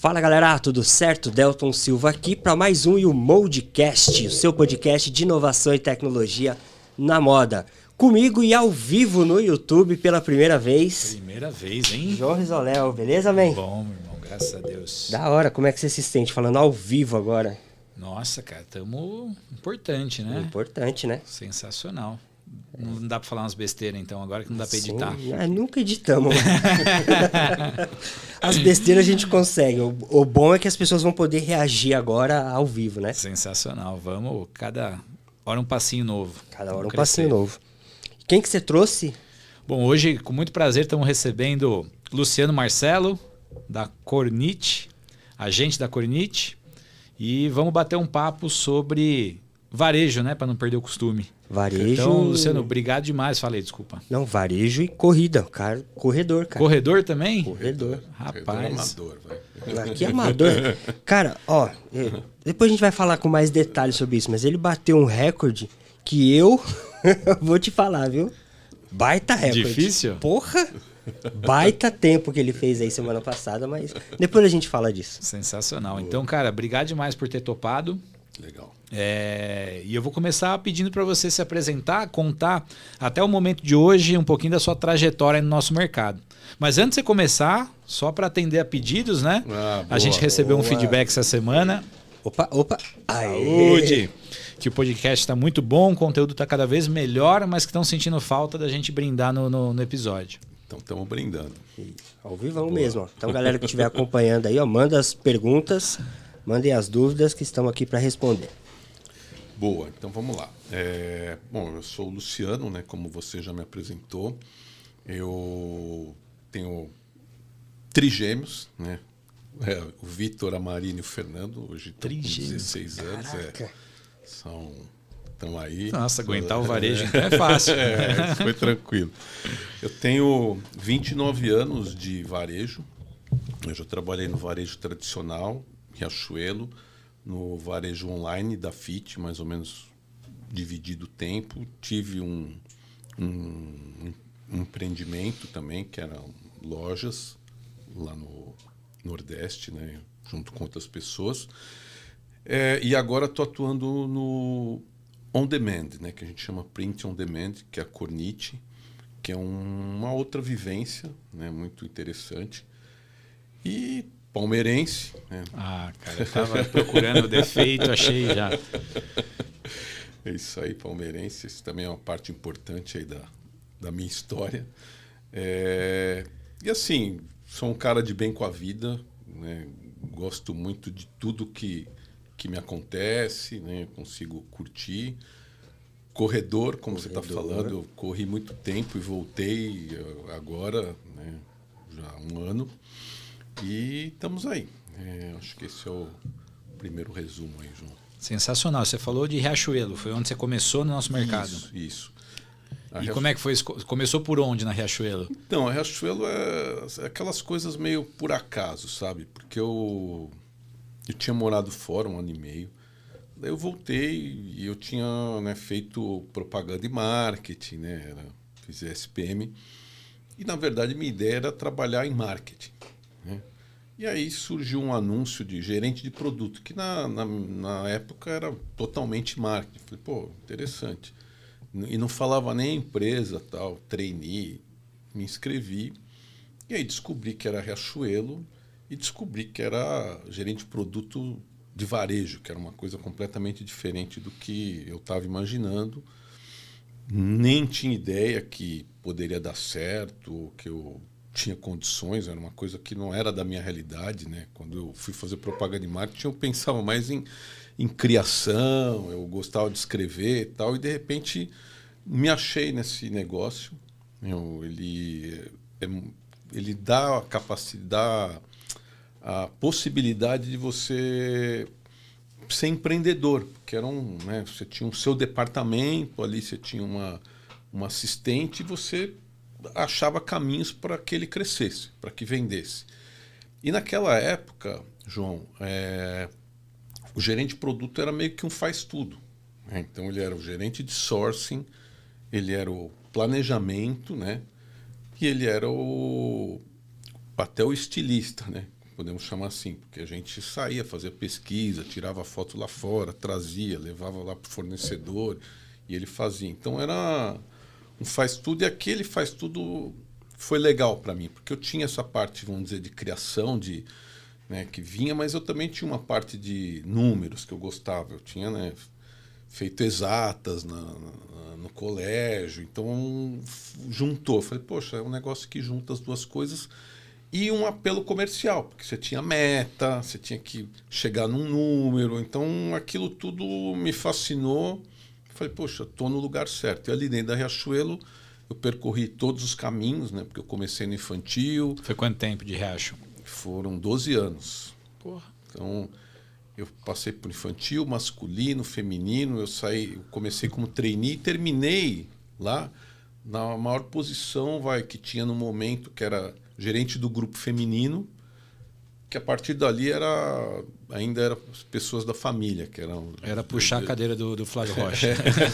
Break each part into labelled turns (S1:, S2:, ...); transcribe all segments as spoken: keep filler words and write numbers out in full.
S1: Fala galera, tudo certo? Delton Silva aqui para mais um e o Moldcast, o seu podcast de inovação e tecnologia na moda. Comigo e ao vivo no YouTube pela primeira vez.
S2: Primeira vez, hein?
S1: João Rizoléu, beleza, man?
S2: Bom, meu irmão, graças a Deus.
S1: Da hora, como é que você se sente falando ao vivo agora?
S2: Nossa, cara, tamo importante, né?
S1: Importante, né?
S2: Sensacional. Não dá pra falar umas besteiras, então, agora que não dá pra editar.
S1: Sim, ah, nunca editamos. As besteiras a gente consegue. O, o bom é que as pessoas vão poder reagir agora ao vivo, né?
S2: Sensacional. Vamos, cada hora um passinho novo.
S1: Cada hora
S2: Vamos
S1: um
S2: crescer.
S1: passinho novo. Quem que você trouxe?
S2: Bom, hoje, com muito prazer, estamos recebendo Luciano Marcelo, da Kornit, agente da Kornit, e vamos bater um papo sobre varejo, né? Para não perder o costume.
S1: Varejo.
S2: Então, Luciano, obrigado demais. Falei, desculpa.
S1: Não, varejo e corrida. Cara, corredor, cara.
S2: Corredor também?
S1: Corredor.
S2: Rapaz.
S3: Amador, vai.
S1: Aqui é amador. Cara, ó, é, depois a gente vai falar com mais detalhes sobre isso, mas ele bateu um recorde que eu vou te falar, viu? Baita recorde.
S2: Difícil?
S1: Porra! Baita tempo que ele fez aí semana passada, mas depois a gente fala disso.
S2: Sensacional. Então, cara, obrigado demais por ter topado.
S3: Legal.
S2: É, e eu vou começar pedindo para você se apresentar, contar até o momento de hoje um pouquinho da sua trajetória no nosso mercado. Mas antes de você começar, só para atender a pedidos, né?
S3: Ah, boa,
S2: a gente recebeu
S1: boa.
S2: um feedback essa semana.
S1: Opa, opa. Aê.
S2: Saúde! Que o podcast está muito bom, o conteúdo está cada vez melhor, mas que estão sentindo falta da gente brindar no, no, no episódio.
S3: Então estamos brindando.
S1: Ao vivo mesmo, ó. Então, galera que estiver acompanhando aí, ó, manda as perguntas, mandem as dúvidas que estamos aqui para responder.
S3: Boa, então vamos lá. É, bom, eu sou o Luciano, né? Como você já me apresentou. Eu tenho trigêmeos, né? É, o Vitor, a Marina e o Fernando. Hoje estão com
S2: Trigêmeos,
S3: dezesseis anos. É, são, estão aí.
S2: Nossa, aguentar o varejo então é fácil.
S3: É, foi tranquilo. Eu tenho vinte e nove anos de varejo. Eu já trabalhei no varejo tradicional, Riachuelo, no varejo online da F I T, mais ou menos dividido o tempo. Tive um, um, um empreendimento também, que eram lojas lá no Nordeste, né, junto com outras pessoas. É, e agora estou atuando no On Demand, né, que a gente chama Print On Demand, que é a Kornit, que é um, uma outra vivência, né, muito interessante. E palmeirense. Né?
S2: Ah, cara, eu tava procurando o defeito, achei já.
S3: É isso aí, palmeirense. Isso também é uma parte importante aí da, da minha história. É, e assim, sou um cara de bem com a vida, né? Gosto muito de tudo que, que me acontece, né? Consigo curtir. Corredor, como Corredor. Você está falando, eu corri muito tempo e voltei agora, né? Já há um ano. E estamos aí. É, acho que esse é o primeiro resumo aí, João.
S2: Sensacional. Você falou de Riachuelo, foi onde você começou no nosso mercado.
S3: Isso, isso.
S2: A e Riachuelo... como é que foi? Começou por onde na Riachuelo?
S3: Então, a Riachuelo é aquelas coisas meio por acaso, sabe? Porque eu, eu tinha morado fora um ano e meio. Daí eu voltei e eu tinha, né, feito propaganda e marketing, né? Era, fiz S P M. E, na verdade, minha ideia era trabalhar em marketing. Né? E aí surgiu um anúncio de gerente de produto, que na, na, na época era totalmente marketing. Falei, pô, interessante. E não falava nem a empresa, tal, trainee, me inscrevi. E aí descobri que era Riachuelo e descobri que era gerente de produto de varejo, que era uma coisa completamente diferente do que eu estava imaginando. Nem tinha ideia que poderia dar certo, que eu tinha condições, era uma coisa que não era da minha realidade, né? Quando eu fui fazer propaganda de marketing, eu pensava mais em, em criação, eu gostava de escrever e tal, e de repente me achei nesse negócio. Eu, ele, é, ele dá a capacidade, a possibilidade de você ser empreendedor, porque era um, né, você tinha o seu departamento ali, você tinha uma, uma assistente e você achava caminhos para que ele crescesse, para que vendesse. E naquela época, João, é, o gerente de produto era meio que um faz-tudo. Né? Então ele era o gerente de sourcing, ele era o planejamento, né? E ele era o até o estilista, né? podemos chamar assim, porque a gente saía, fazia pesquisa, tirava foto lá fora, trazia, levava lá para o fornecedor e ele fazia. Então era um faz tudo, e aquele faz tudo foi legal para mim, porque eu tinha essa parte, vamos dizer, de criação, de, né, que vinha, mas eu também tinha uma parte de números que eu gostava. Eu tinha, né, feito exatas na, na, no colégio, então juntou. Falei, poxa, é um negócio que junta as duas coisas e um apelo comercial, porque você tinha meta, você tinha que chegar num número, então aquilo tudo me fascinou. Falei, poxa, estou no lugar certo. E ali dentro da Riachuelo, eu percorri todos os caminhos, né? Porque eu comecei no infantil.
S2: Foi quanto tempo de Riacho?
S3: Foram doze anos.
S2: Porra.
S3: Então, eu passei por infantil, masculino, feminino. Eu saí, eu comecei como trainee e terminei lá na maior posição, vai, que tinha no momento, que era gerente do grupo feminino, que a partir dali era ainda eram as pessoas da família, que eram...
S2: Era puxar a cadeira do, do Flávio Rocha.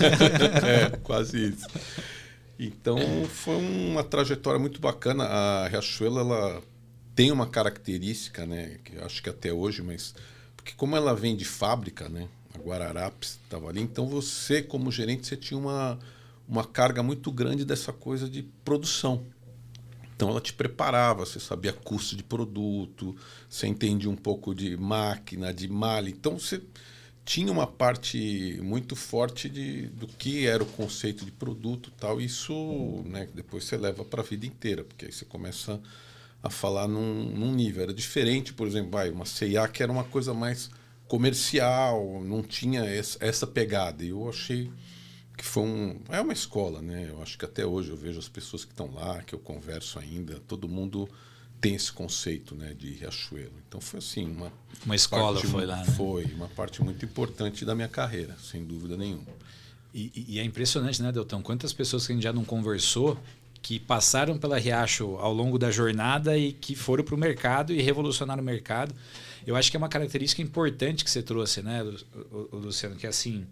S3: É, quase isso. Então, foi uma trajetória muito bacana. A Riachuelo, ela tem uma característica, né, que eu acho que até hoje, mas... Porque como ela vem de fábrica, né, a Guararapes estava ali, então você, como gerente, você tinha uma, uma carga muito grande dessa coisa de produção. Então, ela te preparava, você sabia custo de produto, você entendia um pouco de máquina, de malha. Então, você tinha uma parte muito forte de, do que era o conceito de produto e tal. Isso, né, depois você leva para a vida inteira, porque aí você começa a falar num, num nível. Era diferente, por exemplo, vai, uma C e A que era uma coisa mais comercial, não tinha essa, essa pegada. E eu achei... que foi um, é uma escola, né? Eu acho que até hoje eu vejo as pessoas que estão lá, que eu converso ainda, todo mundo tem esse conceito, né, de Riachuelo. Então foi assim, uma
S2: uma escola
S3: parte,
S2: foi lá, né?
S3: Foi uma parte muito importante da minha carreira, sem dúvida nenhuma.
S2: E, e é impressionante, né, Deltão? Quantas pessoas que a gente já não conversou que passaram pela Riacho ao longo da jornada e que foram para o mercado e revolucionaram o mercado. Eu acho que é uma característica importante que você trouxe, né, Luciano, que é assim...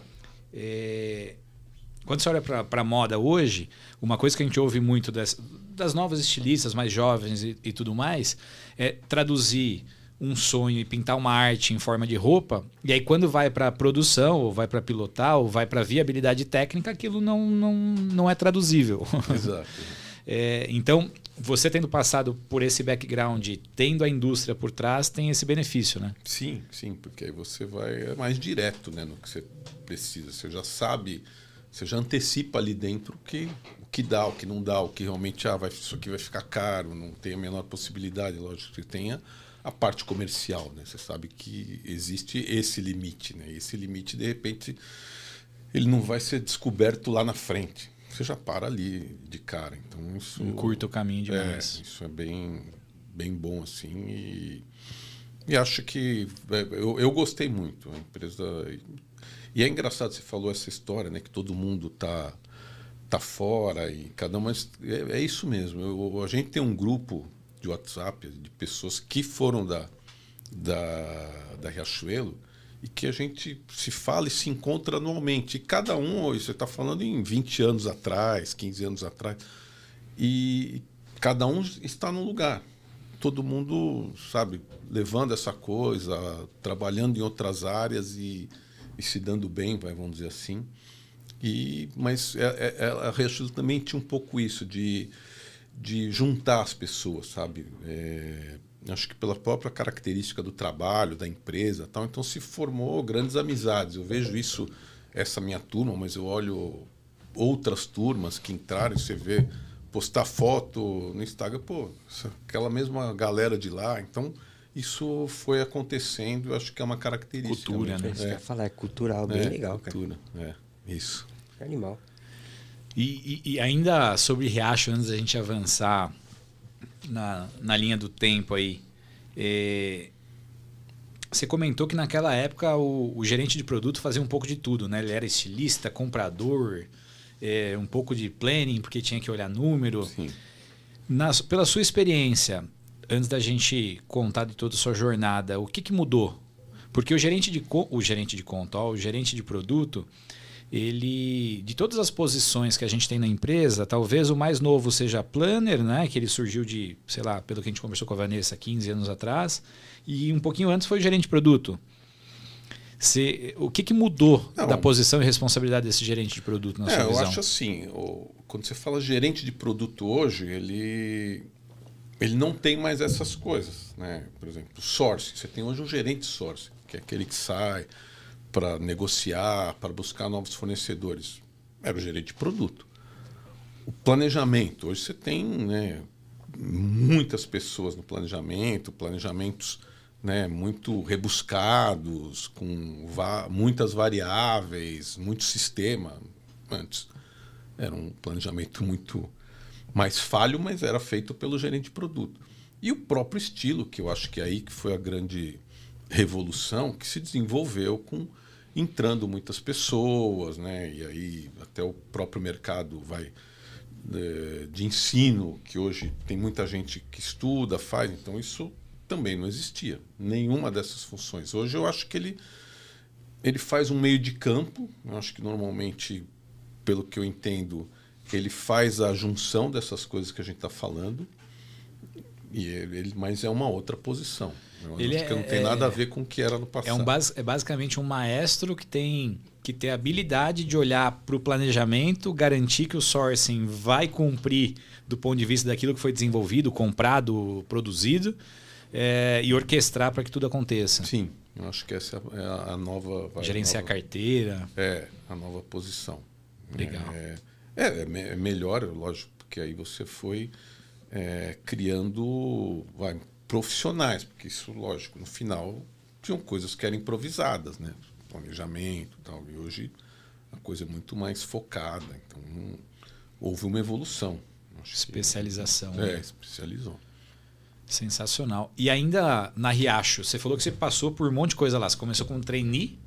S2: É, quando você olha para a moda hoje, uma coisa que a gente ouve muito das, das novas estilistas mais jovens e, e tudo mais é traduzir um sonho e pintar uma arte em forma de roupa, e aí quando vai para a produção, ou vai para pilotar, ou vai para viabilidade técnica, aquilo não, não, não é traduzível.
S3: Exato.
S2: É, então, você tendo passado por esse background, tendo a indústria por trás, tem esse benefício, né?
S3: Sim, sim, porque aí você vai mais direto, né, no que você precisa. Você já sabe, você já antecipa ali dentro o que, o que dá, o que não dá, o que realmente ah, vai, isso aqui vai ficar caro, não tem a menor possibilidade. Lógico que tenha a parte comercial, né? Você sabe que existe esse limite, né? Esse limite, de repente, ele não vai ser descoberto lá na frente. Você já para ali de cara. Então isso
S2: encurta o caminho demais.
S3: É, isso é bem, bem bom assim e, e acho que eu, eu gostei muito. A empresa e é engraçado, você falou essa história, né, que todo mundo tá tá fora e cada um, mas é, é isso mesmo. Eu, a gente tem um grupo de WhatsApp de pessoas que foram da da, da Riachuelo e que a gente se fala e se encontra anualmente. E cada um, você está falando em vinte anos atrás, quinze anos atrás, e cada um está num lugar. Todo mundo, sabe, levando essa coisa, trabalhando em outras áreas e, e se dando bem, vai, vamos dizer assim. E, mas é, é, a Riachuelo também tinha um pouco isso, de, de juntar as pessoas, sabe? É, acho que pela própria característica do trabalho, da empresa, tal, então se formou grandes amizades. Eu vejo isso, essa minha turma, mas eu olho outras turmas que entraram e você vê postar foto no Instagram, pô, aquela mesma galera de lá. Então, isso foi acontecendo, eu acho que é uma característica.
S2: Cultura, né?
S1: Isso que eu ia falar, é cultural, bem
S3: é,
S1: legal,
S3: cultura,
S1: cara.
S3: É, isso.
S1: Animal.
S2: E, e, e ainda sobre Riacho, antes da gente avançar na, na linha do tempo aí, é, você comentou que naquela época o, o gerente de produto fazia um pouco de tudo, né? Ele era estilista, comprador, é, um pouco de planning, porque tinha que olhar número.
S3: Sim.
S2: Na, pela sua experiência, antes da gente contar de toda a sua jornada, o que, que mudou? Porque o gerente de, o gerente de conta, ó, o gerente de produto, ele, de todas as posições que a gente tem na empresa, talvez o mais novo seja planner, né? Que ele surgiu de, sei lá, pelo que a gente conversou com a Vanessa, quinze anos atrás, e um pouquinho antes foi gerente de produto. Você, o que, que mudou Não, da posição e responsabilidade desse gerente de produto na
S3: é,
S2: sua visão?
S3: Eu acho assim, o, quando você fala gerente de produto hoje, ele, ele não tem mais essas coisas, né? Por exemplo, sourcing. Você tem hoje um gerente de sourcing, que é aquele que sai para negociar, para buscar novos fornecedores. Era o gerente de produto. O planejamento. Hoje você tem, né, muitas pessoas no planejamento, planejamentos, né, muito rebuscados, com va- muitas variáveis, muito sistema. Antes era um planejamento muito mais falho, mas era feito pelo gerente de produto. E o próprio estilo, que eu acho que é aí que foi a grande revolução, que se desenvolveu com entrando muitas pessoas, né? E aí até o próprio mercado vai de, de ensino, que hoje tem muita gente que estuda, faz, então isso também não existia, nenhuma dessas funções. Hoje eu acho que ele, ele faz um meio de campo, eu acho que normalmente, pelo que eu entendo, ele faz a junção dessas coisas que a gente está falando, e ele, ele, mas é uma outra posição. Eu
S2: ele
S3: acho
S2: é,
S3: que não tem
S2: é,
S3: nada a ver com o que era no passado.
S2: É, um base, é basicamente um maestro que tem, que tem a habilidade de olhar para o planejamento, garantir que o sourcing vai cumprir do ponto de vista daquilo que foi desenvolvido, comprado, produzido, é, e orquestrar para que tudo aconteça.
S3: Sim, eu acho que essa é a, a nova... Vai,
S2: Gerenciar
S3: nova,
S2: a carteira.
S3: É, a nova posição.
S2: Legal.
S3: É, é, é melhor, lógico, porque aí você foi é, criando... Vai, profissionais, porque isso, lógico, no final tinham coisas que eram improvisadas, né? Planejamento e tal, e hoje a coisa é muito mais focada, então não, houve uma evolução. Acho
S2: Especialização.
S3: Que, é,
S2: né?
S3: especializou.
S2: Sensacional. E ainda na Riacho, você falou que você passou por um monte de coisa lá. Você começou como trainee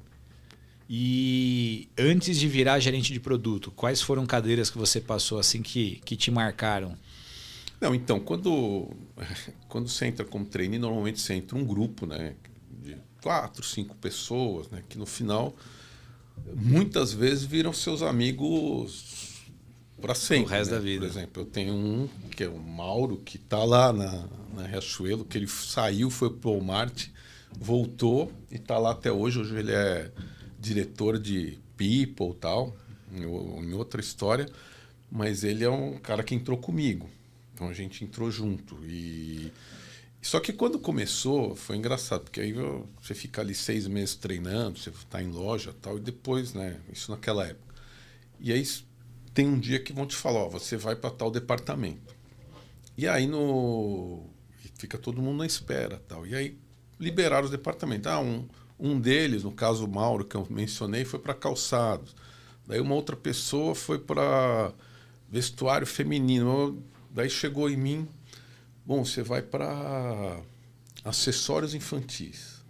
S2: e antes de virar gerente de produto, quais foram cadeiras que você passou assim que, que te marcaram?
S3: Não, então, quando, quando você entra como trainee, normalmente você entra um grupo, né, de quatro, cinco pessoas, né, que no final, muitas vezes viram seus amigos para sempre.
S2: O resto
S3: né?
S2: da vida.
S3: Por exemplo, eu tenho um, que é o Mauro, que está lá na, na Riachuelo, que ele saiu, foi para o Walmart, voltou e está lá até hoje. Hoje ele é diretor de People e tal, em, em outra história, mas ele é um cara que entrou comigo. Então a gente entrou junto. E só que quando começou, foi engraçado, porque aí você fica ali seis meses treinando, você está em loja e tal, e depois, né? Isso naquela época. E aí tem um dia que vão te falar, ó, você vai para tal departamento. E aí no fica todo mundo na espera, tal. E aí liberaram os departamentos. Ah, um, um deles, no caso o Mauro, que eu mencionei, foi para calçados. Daí uma outra pessoa foi para vestuário feminino. Daí chegou em mim, bom, você vai para acessórios infantis.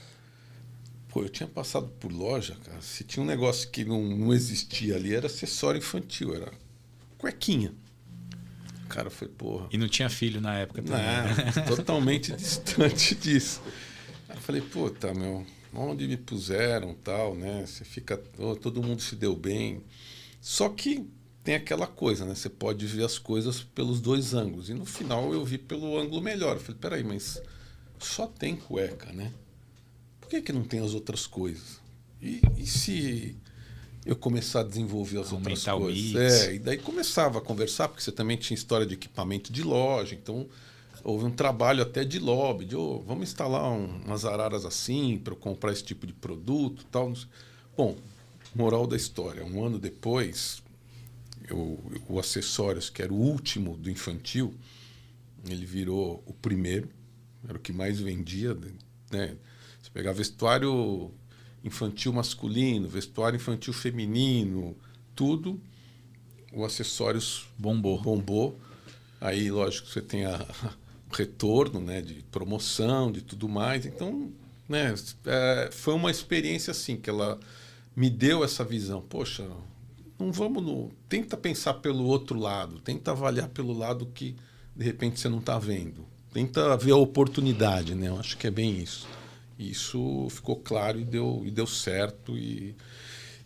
S3: Pô, eu tinha passado por loja, cara, se tinha um negócio que não, não existia ali, era acessório infantil, era cuequinha. O cara foi, porra...
S2: E não tinha filho na época também.
S3: Não, totalmente distante disso. Aí eu falei, puta, meu, onde me puseram tal, né? Você fica... Oh, todo mundo se deu bem. Só que tem aquela coisa, né? Você pode ver as coisas pelos dois ângulos. E no final eu vi pelo ângulo melhor. Eu falei, peraí, mas só tem cueca, né? Por que que não tem as outras coisas? E, e se eu começar a desenvolver as
S2: Aumentar
S3: outras
S2: o
S3: coisas?
S2: mix.
S3: É, e daí começava a conversar, porque você também tinha história de equipamento de loja, então houve um trabalho até de lobby, de oh, vamos instalar um, umas araras assim para eu comprar esse tipo de produto e tal. Bom, moral da história, um ano depois... Eu, o acessórios, que era o último do infantil, ele virou o primeiro, era o que mais vendia, né? Você pegava vestuário infantil masculino, vestuário infantil feminino, tudo, o acessórios
S2: bombou.
S3: bombou. Aí, lógico, você tem a, o retorno, né, de promoção, de tudo mais. Então, né, é, foi uma experiência assim, que ela me deu essa visão. Poxa, não vamos no... Tenta pensar pelo outro lado. Tenta avaliar pelo lado que, de repente, você não está vendo. Tenta ver a oportunidade, né? Eu acho que é bem isso. E isso ficou claro e deu, e deu certo. E,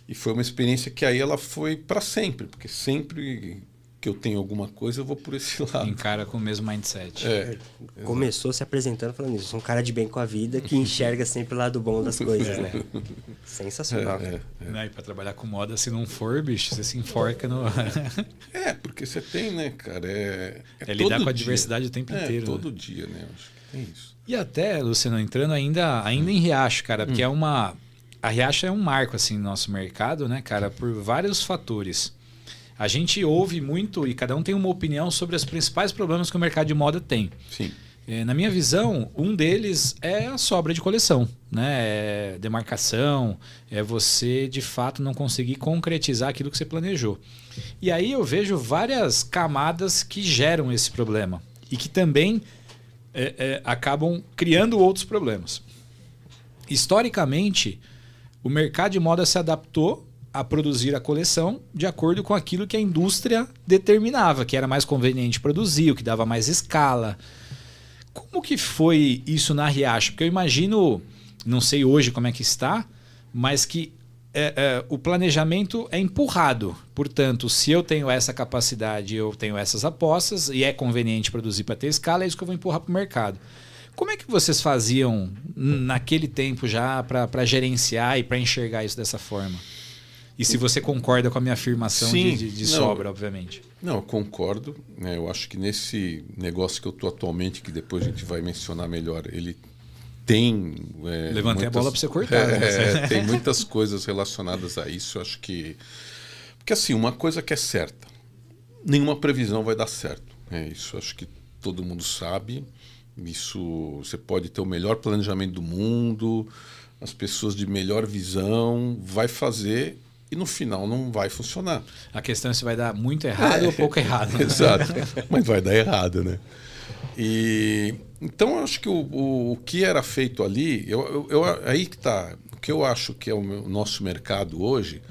S3: E foi uma experiência que aí ela foi para sempre, porque sempre que eu tenho alguma coisa, eu vou por esse lado.
S2: Encara com o mesmo mindset.
S3: É,
S1: Começou se apresentando falando isso. Sou um cara de bem com a vida que enxerga sempre o lado bom das coisas, né? Sensacional.
S3: É, é,
S2: Né? E para trabalhar com moda, se não for, bicho, você se enforca no...
S3: é, porque você tem, né, cara? É,
S2: é, é lidar com a
S3: dia.
S2: diversidade o tempo
S3: é,
S2: inteiro.
S3: todo
S2: né?
S3: dia, né? Eu acho que tem isso.
S2: E até, Luciano, entrando ainda, ainda em Riacho, cara, porque hum. é uma... A Riacho é um marco, assim, no nosso mercado, né, cara? Por vários fatores. A gente ouve muito e cada um tem uma opinião sobre os principais problemas que o mercado de moda tem.
S3: Sim.
S2: É, na minha visão, um deles é a sobra de coleção, né? É demarcação, é você de fato não conseguir concretizar aquilo que você planejou. E aí eu vejo várias camadas que geram esse problema e que também é, é, acabam criando outros problemas. Historicamente, o mercado de moda se adaptou a produzir a coleção de acordo com aquilo que a indústria determinava, que era mais conveniente produzir, o que dava mais escala. Como que foi isso na Riacho? Porque eu imagino, não sei hoje como é que está, mas que é, é, o planejamento é empurrado. Portanto, se eu tenho essa capacidade, eu tenho essas apostas e é conveniente produzir para ter escala, é isso que eu vou empurrar para o mercado. Como é que vocês faziam naquele tempo já para gerenciar e para enxergar isso dessa forma? E se você concorda com a minha afirmação
S3: Sim,
S2: de, de, de
S3: não,
S2: sobra, obviamente.
S3: Não, eu concordo. Né? Eu acho que nesse negócio que eu estou atualmente, que depois a gente vai mencionar melhor, ele tem... É,
S2: Levantei
S3: muitas,
S2: a bola para você cortar.
S3: É,
S2: né?
S3: é, tem muitas coisas relacionadas a isso. Eu acho que... Porque assim, uma coisa que é certa, nenhuma previsão vai dar certo. É isso, acho que todo mundo sabe. Isso, você pode ter o melhor planejamento do mundo, as pessoas de melhor visão, vai fazer... E no final não vai funcionar.
S2: A questão é se vai dar muito errado é, ou pouco errado. Né?
S3: Exato. Mas vai dar errado, né? E, então, eu acho que o, o, o que era feito ali... Eu, eu, eu, aí que está. O que eu acho que é o, meu, o nosso mercado hoje...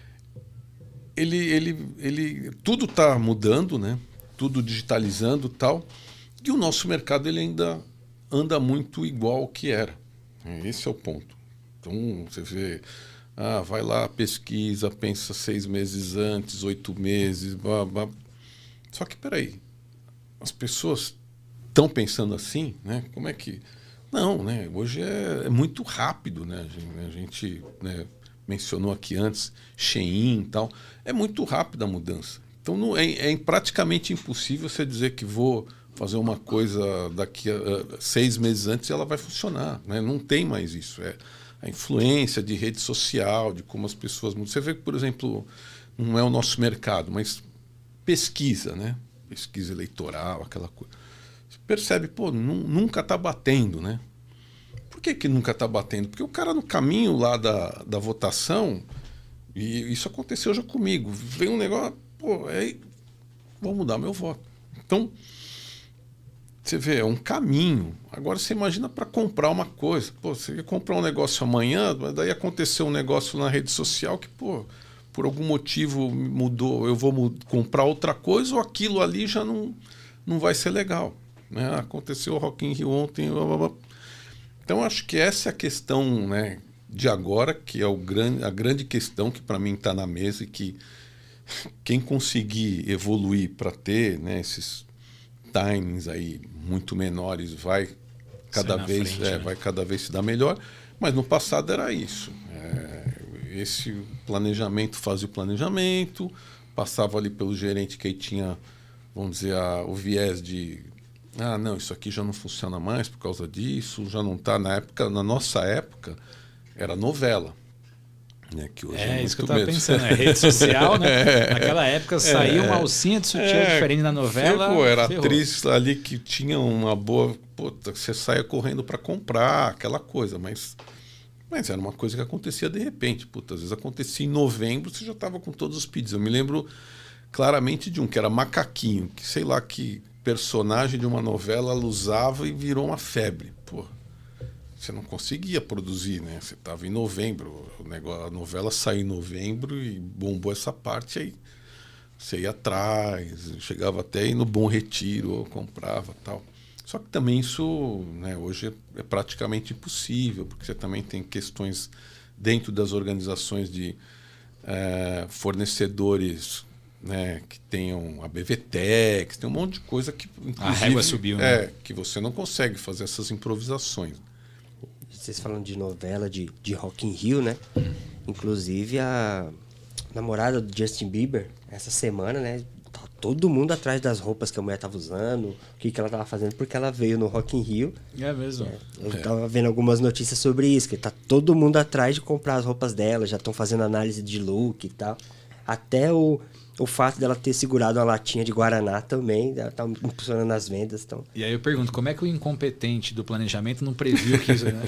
S3: Ele, ele, ele, tudo está mudando, né? Tudo digitalizando e tal. E o nosso mercado ele ainda anda muito igual ao que era. Esse é o ponto. Então, você vê... Ah, vai lá, pesquisa, pensa seis meses antes, oito meses, blá, blá. Só que, peraí, as pessoas estão pensando assim, né? Como é que... Não, né? Hoje é, é muito rápido, né? A gente, a gente né, mencionou aqui antes, Shein e tal. É muito rápida a mudança. Então, não, é, é praticamente impossível você dizer que vou fazer uma coisa daqui a uh, seis meses antes e ela vai funcionar, né? Não tem mais isso, é... A influência de rede social, de como as pessoas mudam. Você vê que, por exemplo, não é o nosso mercado, mas pesquisa, né? Pesquisa eleitoral, aquela coisa. Você percebe, pô, nunca está batendo, né? Por que, que nunca está batendo? Porque o cara no caminho lá da, da votação, e isso aconteceu já comigo, vem um negócio, pô, aí vou mudar meu voto. Então, você vê, é um caminho. Agora você imagina para comprar uma coisa. Pô, você ia comprar um negócio amanhã, mas daí aconteceu um negócio na rede social que, pô, por algum motivo mudou. Eu vou comprar outra coisa ou aquilo ali já não, não vai ser legal. Né? Aconteceu o Rock in Rio ontem. Blá, blá, blá. Então, acho que essa é a questão, né, de agora, que é o grande, a grande questão que para mim está na mesa e que quem conseguir evoluir para ter, né, esses timings aí muito menores vai cada vez frente, é, né? vai cada vez se dar melhor, mas no passado era isso, é, esse planejamento fazia o planejamento, passava ali pelo gerente que aí tinha, vamos dizer, a, o viés de ah, não, isso aqui já não funciona mais por causa disso, já não está na época, na nossa época era novela. Né, que hoje
S2: é,
S3: é
S2: isso que eu estava
S3: mesmo.
S2: pensando, é rede social, né?
S3: É,
S2: naquela época saía uma alcinha de sutiã é, diferente na novela.
S3: Ferrou, era
S2: ferrou.
S3: Atriz ali que tinha uma boa... Puta, você saia correndo para comprar, aquela coisa, mas, mas era uma coisa que acontecia de repente. Puta, às vezes acontecia em novembro, você já estava com todos os pedidos. Eu me lembro claramente de um que era Macaquinho, que sei lá que personagem de uma novela ela usava e virou uma febre. Porra. Você não conseguia produzir, né? Você estava em novembro, o negócio, a novela saiu em novembro e bombou essa parte, aí você ia atrás, chegava até aí no Bom Retiro, comprava tal. Só que também isso, né, hoje é, é praticamente impossível, porque você também tem questões dentro das organizações de, é, fornecedores, né, que tenham a B V Tex, tem um monte de coisa que
S2: a régua subiu, né?
S3: É, que você não consegue fazer essas improvisações.
S1: Vocês falam de novela, de, de Rock in Rio, né? Hum. Inclusive a namorada do Justin Bieber, essa semana, né? Tá todo mundo atrás das roupas que a mulher tava usando, o que, que ela tava fazendo, porque ela veio no Rock in Rio.
S2: É mesmo?
S1: É, eu
S3: é.
S1: tava vendo algumas notícias sobre isso, que tá todo mundo atrás de comprar as roupas dela, já estão fazendo análise de look e tal. Até o... O fato dela ter segurado uma latinha de Guaraná também está impulsionando as vendas. Então...
S2: E aí eu pergunto, como é que o incompetente do planejamento não previu que isso... Né?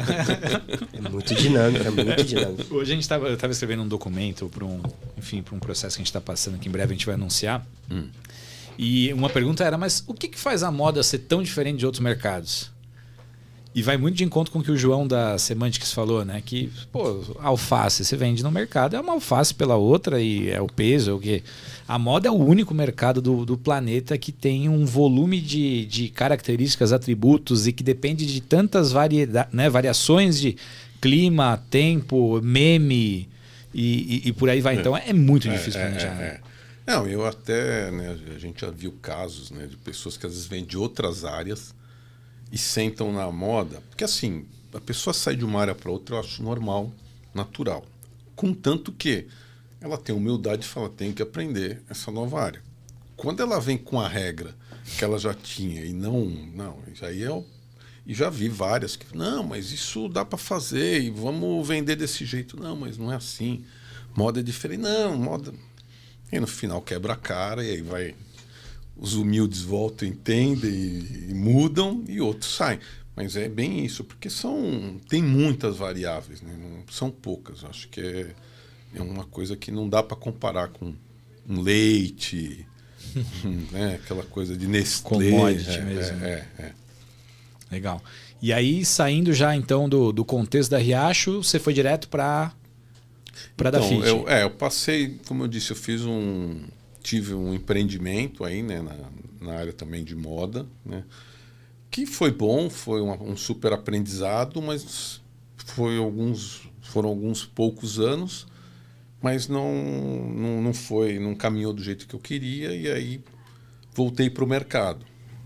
S1: É muito dinâmico, é muito dinâmico.
S2: Hoje a gente estava escrevendo um documento para um, enfim, para um processo que a gente está passando, que em breve a gente vai anunciar. Hum. E uma pergunta era, mas o que, que faz a moda ser tão diferente de outros mercados? E vai muito de encontro com o que o João da Semantics falou, né? Que, pô, alface você vende no mercado, é uma alface pela outra e é o peso, é o quê? A moda é o único mercado do, do planeta que tem um volume de, de características, atributos e que depende de tantas variedades, né? Variações de clima, tempo, meme e, e, e por aí vai. Então é muito
S3: é,
S2: difícil
S3: é,
S2: planejar.
S3: É, é. Não, eu até, né, a gente já viu casos, né, de pessoas que às vezes vêm de outras áreas e sentam na moda, porque assim, a pessoa sai de uma área para outra, eu acho normal, natural. Contanto que ela tem humildade e fala, tem que aprender essa nova área. Quando ela vem com a regra que ela já tinha e não, não, aí é o, e já vi várias que, não, mas isso dá para fazer e vamos vender desse jeito. Não, mas não é assim. Moda é diferente. Não, moda... E no final quebra a cara e aí vai... Os humildes voltam, entendem e, e mudam e outros saem. Mas é bem isso, porque são, tem muitas variáveis, né? Não são poucas. Acho que é, é uma coisa que não dá para comparar com um leite, né? Aquela coisa de Nestlé.
S2: Commodity
S3: é,
S2: mesmo.
S3: É, é, é.
S2: Legal. E aí, saindo já então do, do contexto da Riacho, você foi direto para para
S3: então,
S2: Dafit?
S3: Eu, é, eu passei, como eu disse, eu fiz um... Tive um empreendimento aí, né, na, na área também de moda, né, que foi bom, foi uma, um super aprendizado, mas foi alguns, foram alguns poucos anos, mas não, não, não foi, não caminhou do jeito que eu queria e aí voltei para o mercado.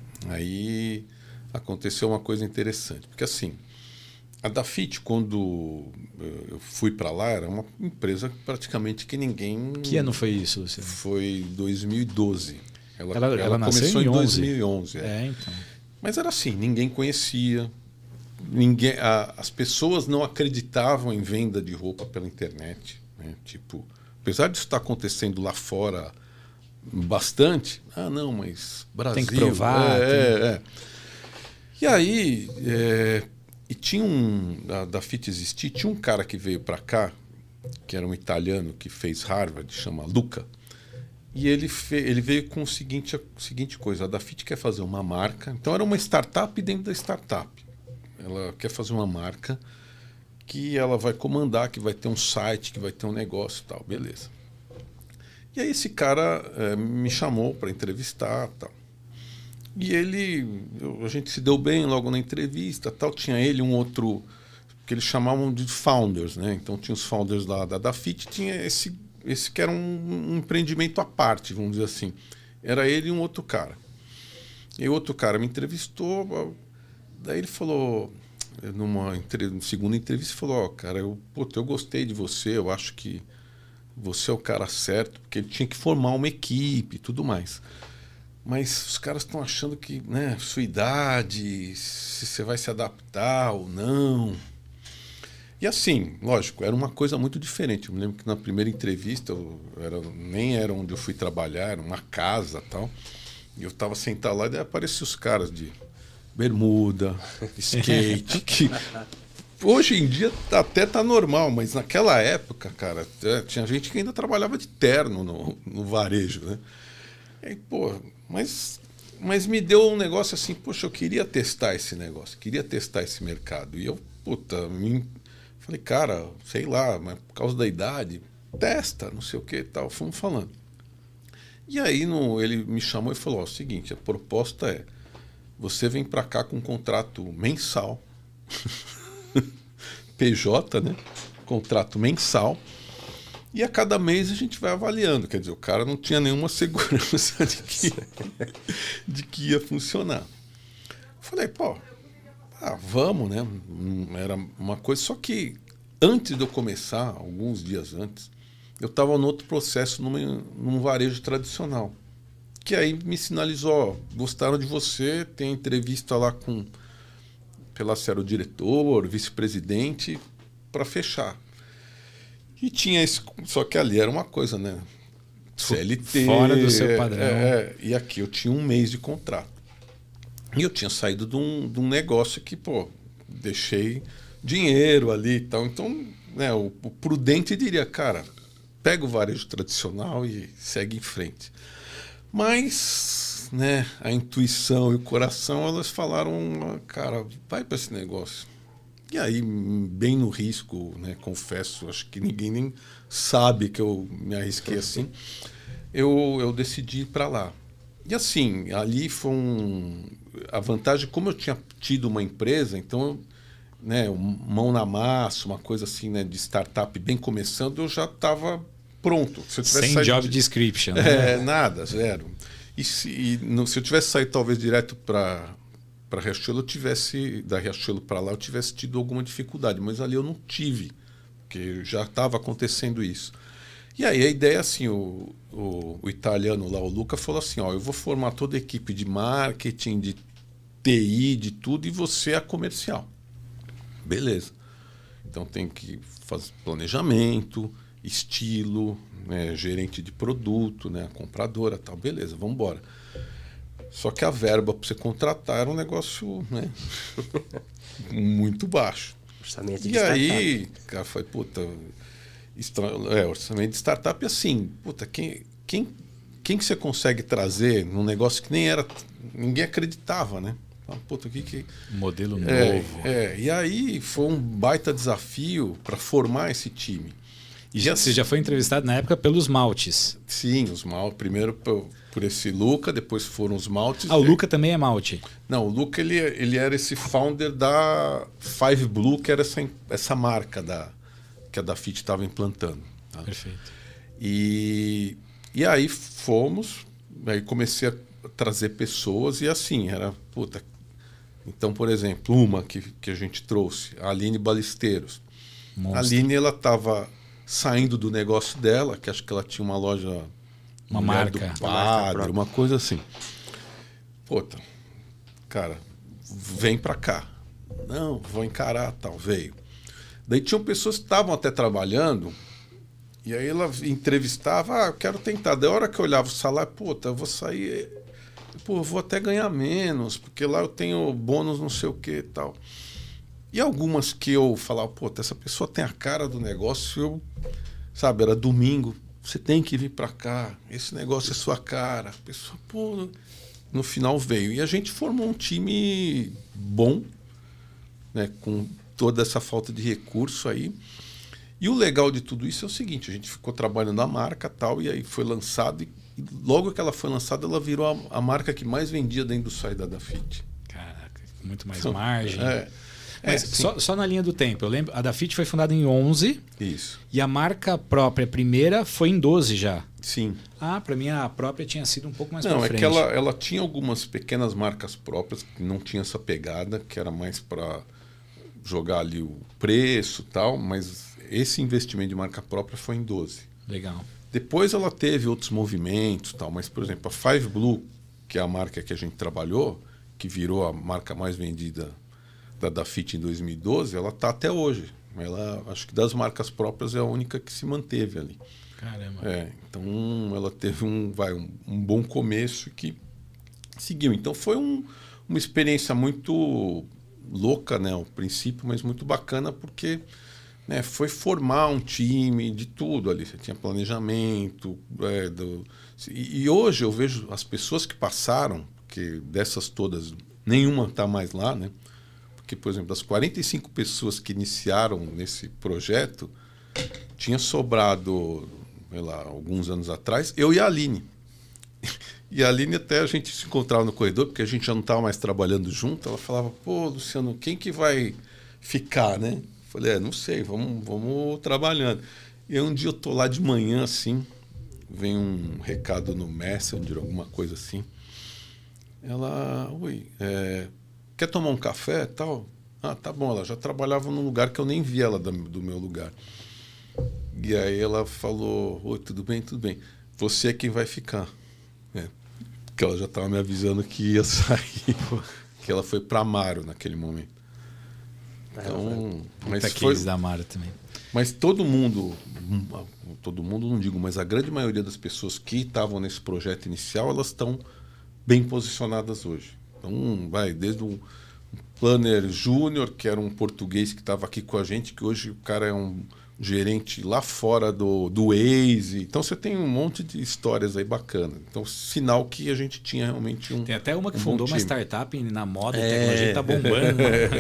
S3: Aí aconteceu uma coisa interessante, porque assim, a Dafit, quando eu fui para lá, era uma empresa praticamente que ninguém...
S2: Que ano foi isso, Luciano?
S3: Foi dois mil e doze. Ela,
S2: ela, ela, ela
S3: começou em,
S2: em
S3: dois mil e onze. É.
S2: É, então.
S3: Mas era assim, ninguém conhecia, ninguém, a, as pessoas não acreditavam em venda de roupa pela internet. Né? Tipo, apesar disso estar acontecendo lá fora bastante, ah, não, mas Brasil...
S2: Tem que provar.
S3: É,
S2: tem...
S3: é, é. E aí... É, E tinha um, da, da Fit existir, tinha um cara que veio para cá, que era um italiano que fez Harvard, chama Luca, e ele, fe, ele veio com o seguinte, a seguinte coisa, a Dafit quer fazer uma marca, então era uma startup dentro da startup, ela quer fazer uma marca que ela vai comandar, que vai ter um site, que vai ter um negócio e tal, beleza. E aí esse cara é, me chamou para entrevistar e tal. E ele, a gente se deu bem logo na entrevista, tal. Tinha ele um outro, que eles chamavam de founders, né? Então tinha os founders lá da Dafit, tinha esse, esse que era um, um empreendimento à parte, vamos dizer assim. Era ele e um outro cara. E o outro cara me entrevistou, daí ele falou, numa entre, segunda entrevista, falou, ó, oh, cara, eu, puta, eu gostei de você, eu acho que você é o cara certo, porque ele tinha que formar uma equipe e tudo mais. Mas os caras estão achando que, né, sua idade, se você vai se adaptar ou não. E assim, lógico, era uma coisa muito diferente. Eu me lembro que na primeira entrevista, eu era, nem era onde eu fui trabalhar, era uma casa e tal. E eu estava sentado lá e daí apareciam os caras de bermuda, skate, que hoje em dia até tá normal, mas naquela época, cara, tinha gente que ainda trabalhava de terno no, no varejo, né? E aí, pô... Mas, mas me deu um negócio assim, poxa, eu queria testar esse negócio, queria testar esse mercado. E eu, puta, me, falei, cara, sei lá, mas por causa da idade, testa, não sei o que e tal, fomos falando. E aí no, ele me chamou e falou, ó, o seguinte, a proposta é, você vem para cá com um contrato mensal, P J, né? Contrato mensal, E a cada mês a gente vai avaliando. Quer dizer, o cara não tinha nenhuma segurança de que, de que ia funcionar. Falei, pô, ah, vamos, né? Era uma coisa. Só que antes de eu começar, alguns dias antes, eu estava no outro processo numa, num varejo tradicional. Que aí me sinalizou, ó, gostaram de você, tem entrevista lá com, pela ser o diretor, vice-presidente, para fechar. E tinha esse, só que ali era uma coisa, né? C L T.
S2: Fora do seu padrão.
S3: É, e aqui eu tinha um mês de contrato. E eu tinha saído de um, de um negócio que, pô, deixei dinheiro ali e tal. Então, né, o, o prudente diria, cara, pega o varejo tradicional e segue em frente. Mas, né, a intuição e o coração, elas falaram, cara, vai para esse negócio. E aí, bem no risco, né, confesso, acho que ninguém nem sabe que eu me arrisquei assim, eu, eu decidi ir para lá. E assim, ali foi um... A vantagem, como eu tinha tido uma empresa, então, né, mão na massa, uma coisa assim, né, de startup bem começando, eu já estava pronto. Se eu tivesse
S2: Sem
S3: saído
S2: job
S3: de...
S2: description. Né?
S3: É, nada, zero. E se, e no, se eu tivesse saído talvez direto para para Riachuelo, eu tivesse, da Riachuelo para lá, eu tivesse tido alguma dificuldade, mas ali eu não tive, porque já estava acontecendo isso. E aí a ideia, assim, o, o, o italiano lá, o Luca, falou assim, ó, eu vou formar toda a equipe de marketing, de T I, de tudo, e você é a comercial. Beleza. Então tem que fazer planejamento, estilo, né, gerente de produto, né, compradora, tal, beleza, vamos embora. Só que a verba para você contratar era um negócio, né, muito baixo.
S1: Orçamento de
S3: e
S1: startup.
S3: aí, cara, foi, puta, extra, é, orçamento de startup, assim, puta, quem, quem, quem que você consegue trazer num negócio que nem era, ninguém acreditava, né? Ah, puta, que que...
S2: Modelo
S3: é,
S2: novo.
S3: É, e aí foi um baita desafio para formar esse time.
S2: E já, você já foi entrevistado na época pelos maltes.
S3: Sim, os maltes. Primeiro por, por esse Luca, depois foram os maltes.
S2: Ah, o Luca também é malte?
S3: Não, o Luca ele, ele era esse founder da Five Blue, que era essa, essa marca da, que a Dafite estava implantando. Tá?
S2: Perfeito.
S3: E, e aí fomos, aí comecei a trazer pessoas e assim, era, puta... Então, por exemplo, uma que, que a gente trouxe, a Aline Balesteiros.
S2: Monstro.
S3: A Aline, ela estava saindo do negócio dela, que acho que ela tinha uma loja...
S2: Uma
S3: Mulher
S2: marca.
S3: do Padre, uma coisa assim. Puta, cara, vem pra cá. Não, vou encarar, tal, veio. Daí tinham pessoas que estavam até trabalhando, e aí ela entrevistava, ah, eu quero tentar. Da hora que eu olhava o salário, puta, eu vou sair... Pô, eu vou até ganhar menos, porque lá eu tenho bônus não sei o que e tal. E algumas que eu falava, pô, essa pessoa tem a cara do negócio, eu, sabe, era domingo, você tem que vir para cá, esse negócio é sua cara. A pessoa, pô, no final veio. E a gente formou um time bom, né, com toda essa falta de recurso aí. E o legal de tudo isso é o seguinte, a gente ficou trabalhando a marca e tal, e aí foi lançado e E logo que ela foi lançada, ela virou a, a marca que mais vendia dentro do site da Dafite.
S2: Caraca, muito mais margem.
S3: É,
S2: Mas
S3: é,
S2: só, só na linha do tempo, eu lembro, a Dafite foi fundada em onze.
S3: Isso.
S2: E a marca própria primeira foi em doze já.
S3: Sim.
S2: Ah, para mim a própria tinha sido um pouco mais
S3: Não,
S2: pra
S3: é
S2: frente.
S3: que ela, ela tinha algumas pequenas marcas próprias que não tinha essa pegada, que era mais para jogar ali o preço e tal, mas esse investimento de marca própria foi em doze.
S2: Legal.
S3: Depois ela teve outros movimentos, tal, mas, por exemplo, a Five Blue, que é a marca que a gente trabalhou, que virou a marca mais vendida da Dafite em dois mil e doze, ela está até hoje. Ela, acho que das marcas próprias é a única que se manteve ali.
S2: Caramba.
S3: É, então ela teve um, vai, um, um bom começo que seguiu. Então foi um, uma experiência muito louca, né, ao princípio, mas muito bacana porque... Né, foi formar um time de tudo ali. Você tinha planejamento. É, do... e, e hoje eu vejo as pessoas que passaram, que dessas todas, nenhuma está mais lá, né? Porque, por exemplo, das quarenta e cinco pessoas que iniciaram nesse projeto, tinha sobrado, sei lá, alguns anos atrás, eu e a Aline. E a Aline até a gente se encontrava no corredor, porque a gente já não estava mais trabalhando junto. Ela falava, pô, Luciano, quem que vai ficar, né? Falei, é, não sei, vamos, vamos trabalhando. E aí um dia eu tô lá de manhã, assim, vem um recado no Messenger, alguma coisa assim. Ela, oi, é, quer tomar um café e tal? Ah, tá bom. Ela já trabalhava num lugar que eu nem vi ela do meu lugar. E aí ela falou, oi, tudo bem? Tudo bem. Você é quem vai ficar. É, porque ela já estava me avisando que ia sair. Que ela foi para Amaro naquele momento. Então,
S2: mas foi da Amaro também.
S3: Mas todo mundo, todo mundo não digo, mas a grande maioria das pessoas que estavam nesse projeto inicial, elas estão bem posicionadas hoje. Então, vai desde um planner júnior, que era um português que estava aqui com a gente, que hoje o cara é um gerente lá fora do, do Waze. Então você tem um monte de histórias aí bacanas. Então, sinal que a gente tinha realmente um.
S2: Tem até uma que
S3: um
S2: fundou uma startup na moda,
S1: é...
S2: e tecnologia tá bombando.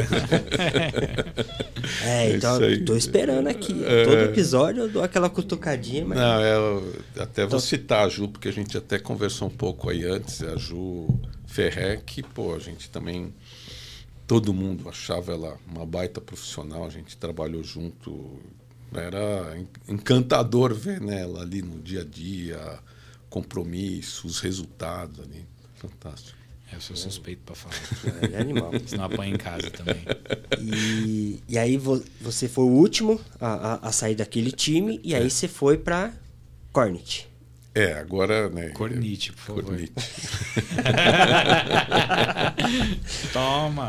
S1: É, então eu tô esperando aqui. É... Todo episódio eu dou aquela cutucadinha, mas.
S3: Não, eu até vou citar a Ju, porque a gente até conversou um pouco aí antes, a Ju Ferrer, que, pô, a gente também. Todo mundo achava ela uma baita profissional, a gente trabalhou junto. Era encantador ver, né, ela ali no dia a dia, compromisso, os resultados ali. Fantástico.
S2: Eu sou suspeito para falar.
S1: É animal.
S2: Senão apanha em casa também.
S1: E, e aí vo, você foi o último a, a, a sair daquele time, e aí é. você foi para Kornit.
S3: É, agora, né?
S2: Kornit, por favor.
S3: Kornit.
S2: Toma!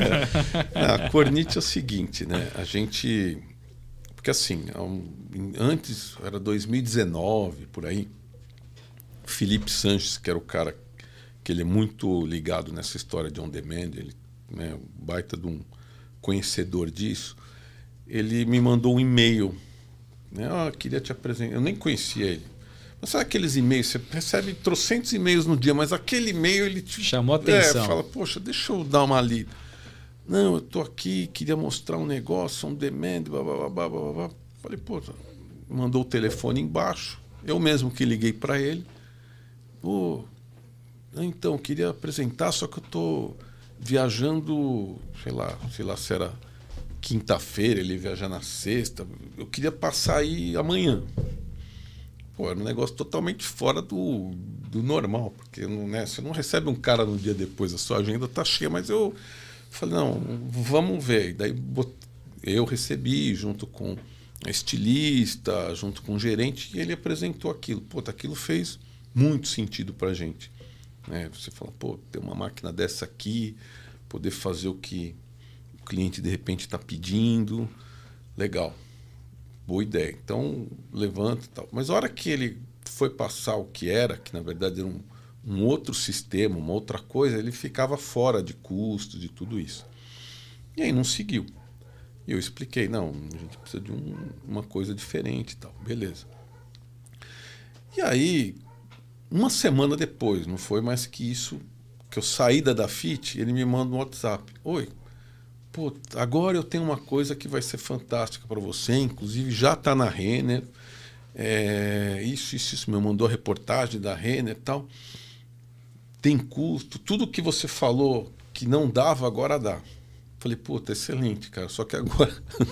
S3: A Kornit é o seguinte, né? A gente... Porque assim, antes, era dois mil e dezenove, por aí, Felipe Sanches, que era o cara que ele é muito ligado nessa história de on-demand, ele é né, um baita de um conhecedor disso, ele me mandou um e-mail. Né? Ah, queria te apresentar. Eu nem conhecia ele. Mas sabe aqueles e-mails? Você recebe trocentos e-mails no dia, mas aquele e-mail ele te
S2: chamou a atenção.
S3: É, fala, poxa, deixa eu dar uma lida. Não, eu tô aqui, queria mostrar um negócio, um demand, blá, blá, blá, blá, blá. Falei, pô, mandou o telefone embaixo. Eu mesmo que liguei para ele. Pô, então, queria apresentar, só que eu tô viajando, sei lá, sei lá se era quinta-feira, ele viaja na sexta. Eu queria passar aí amanhã. Pô, era um negócio totalmente fora do, do normal, porque não, né, você não recebe um cara no dia depois, a sua agenda tá cheia, mas eu falei, não, vamos ver. E daí eu recebi junto com a estilista, junto com o gerente, e ele apresentou aquilo. Pô, aquilo fez muito sentido pra gente. Né? Você fala, pô, ter uma máquina dessa aqui, poder fazer o que o cliente de repente está pedindo, legal. Boa ideia. Então, levanta e tal. Mas a hora que ele foi passar o que era, que na verdade era um, um outro sistema, uma outra coisa, ele ficava fora de custo, de tudo isso. E aí não seguiu. E eu expliquei, não, a gente precisa de um, uma coisa diferente e tal. Beleza. E aí, uma semana depois, não foi mais que isso, que eu saí da Dafit, ele me manda um WhatsApp. Oi, pô, agora eu tenho uma coisa que vai ser fantástica para você, inclusive já está na Renner, é, isso, isso, isso, me mandou a reportagem da Renner e tal, tem custo, tudo que você falou que não dava, agora dá. Falei, puta, excelente, cara, só que agora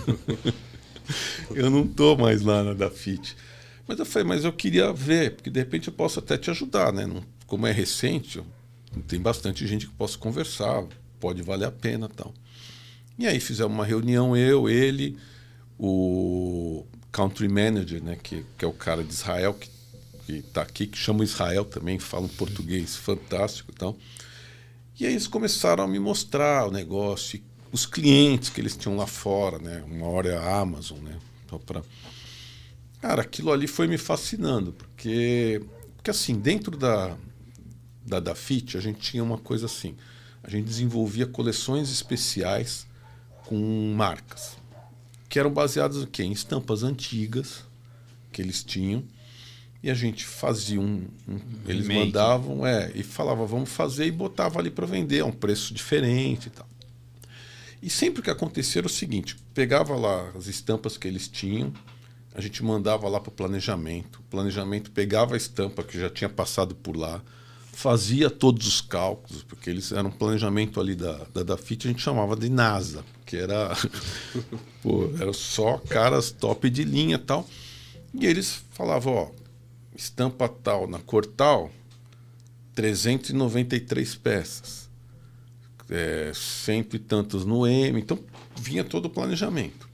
S3: eu não tô mais lá na Dafit. Mas eu falei, mas eu queria ver, porque de repente eu posso até te ajudar, né? Não, como é recente, tem bastante gente que eu posso conversar, pode valer a pena e tal. E aí fizemos uma reunião, eu, ele, o country manager, né, que, que é o cara de Israel, que está aqui, que chama Israel também, fala um português fantástico e tal. E aí eles começaram a me mostrar o negócio, os clientes que eles tinham lá fora, né? Uma hora é a Amazon, né? Então, pra... Cara, aquilo ali foi me fascinando, porque, porque assim, dentro da, da Dafit, a gente tinha uma coisa assim, a gente desenvolvia coleções especiais com marcas, que eram baseadas em quê? Em estampas antigas que eles tinham, e a gente fazia um... um eles Make. mandavam, é, e falava, vamos fazer, e botava ali para vender a um preço diferente e tal. E sempre que acontecia era o seguinte, pegava lá as estampas que eles tinham, a gente mandava lá para o planejamento, o planejamento pegava a estampa que já tinha passado por lá, fazia todos os cálculos, porque eles eram um planejamento ali da, da Dafit, a gente chamava de NASA, que era, pô, era só caras top de linha e tal. E eles falavam, ó, estampa tal na cor tal, trezentas e noventa e três peças, é, cento e tantos no M, então vinha todo o planejamento.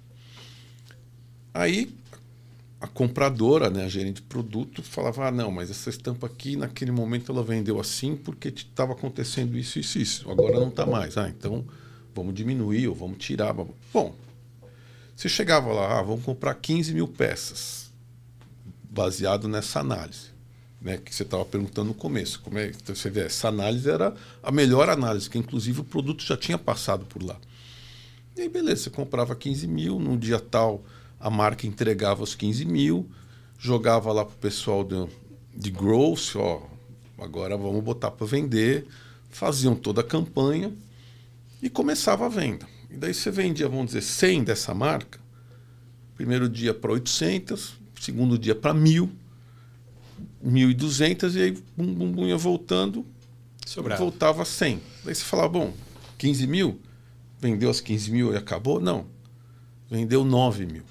S3: Aí a compradora, né, a gerente de produto, falava, ah, não, mas essa estampa aqui, naquele momento ela vendeu assim porque estava acontecendo isso, isso, isso. Agora não está mais. Ah, então vamos diminuir ou vamos tirar. Bom, você chegava lá, ah, vamos comprar quinze mil peças, baseado nessa análise, né, que você estava perguntando no começo. Como é, então você vê, essa análise era a melhor análise, que inclusive o produto já tinha passado por lá. E aí, beleza, você comprava quinze mil, num dia tal a marca entregava os quinze mil, jogava lá para o pessoal de, de growth, ó, agora vamos botar para vender, faziam toda a campanha e começava a venda. E daí você vendia, vamos dizer, cem dessa marca, primeiro dia para oitocentos, segundo dia para mil, mil e duzentos, e aí bum, bum, bum, ia voltando, sobrava. Voltava a cem. Daí você falava, bom, quinze mil, vendeu as quinze mil e acabou? Não, vendeu nove mil.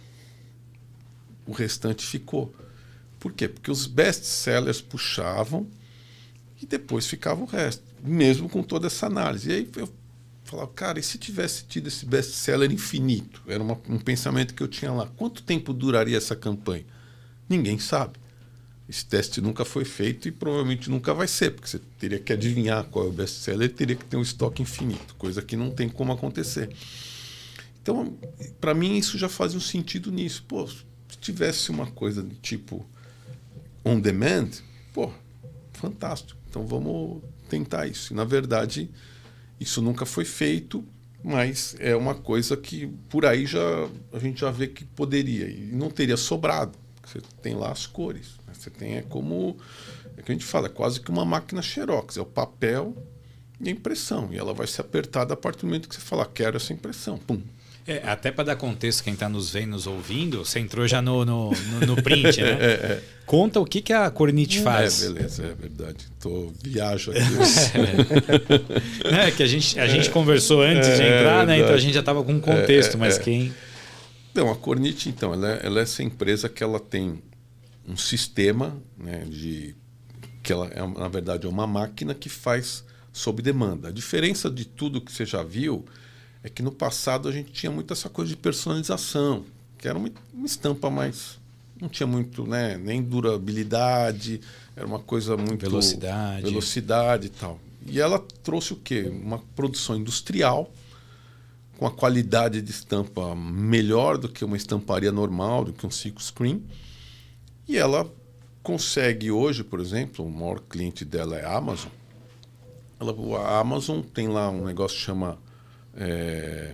S3: O restante ficou. Por quê? Porque os best-sellers puxavam e depois ficava o resto, mesmo com toda essa análise. E aí eu falava, cara, e se tivesse tido esse best-seller infinito? Era uma, um pensamento que eu tinha lá. Quanto tempo duraria essa campanha? Ninguém sabe. Esse teste nunca foi feito e provavelmente nunca vai ser, porque você teria que adivinhar qual é o best-seller e teria que ter um estoque infinito, coisa que não tem como acontecer. Então, para mim, isso já faz um sentido nisso. Pô, se tivesse uma coisa do tipo on demand, pô, fantástico. Então vamos tentar isso. E, na verdade, isso nunca foi feito, mas é uma coisa que por aí já a gente já vê que poderia. E não teria sobrado. Você tem lá as cores. Né? Você tem é como é que a gente fala, é quase que uma máquina Xerox. É o papel e a impressão. E ela vai ser apertada a partir do momento que você falar, quero essa impressão. Pum.
S2: É, até para dar contexto, quem está nos vendo, nos ouvindo, você entrou já no, no, no, no print, né?
S3: é, é.
S2: Conta o que, que a Kornit faz.
S3: É, beleza, é verdade. Tô viajo aqui.
S2: é. é, que a gente, a gente conversou antes é, de entrar, é né? Então a gente já estava com um contexto, é, é, mas é. quem...
S3: Não, a Kornit, então, ela é, ela é essa empresa que ela tem um sistema, né, de que ela é, na verdade, é uma máquina que faz sob demanda. A diferença de tudo que você já viu é que no passado a gente tinha muito essa coisa de personalização, que era uma, uma estampa mais... Não tinha muito, né, nem durabilidade, era uma coisa muito...
S2: Velocidade.
S3: Velocidade e tal. E ela trouxe o quê? Uma produção industrial, com a qualidade de estampa melhor do que uma estamparia normal, do que um silk screen. E ela consegue hoje, por exemplo, o maior cliente dela é a Amazon. Ela, a Amazon tem lá um negócio que chama... É,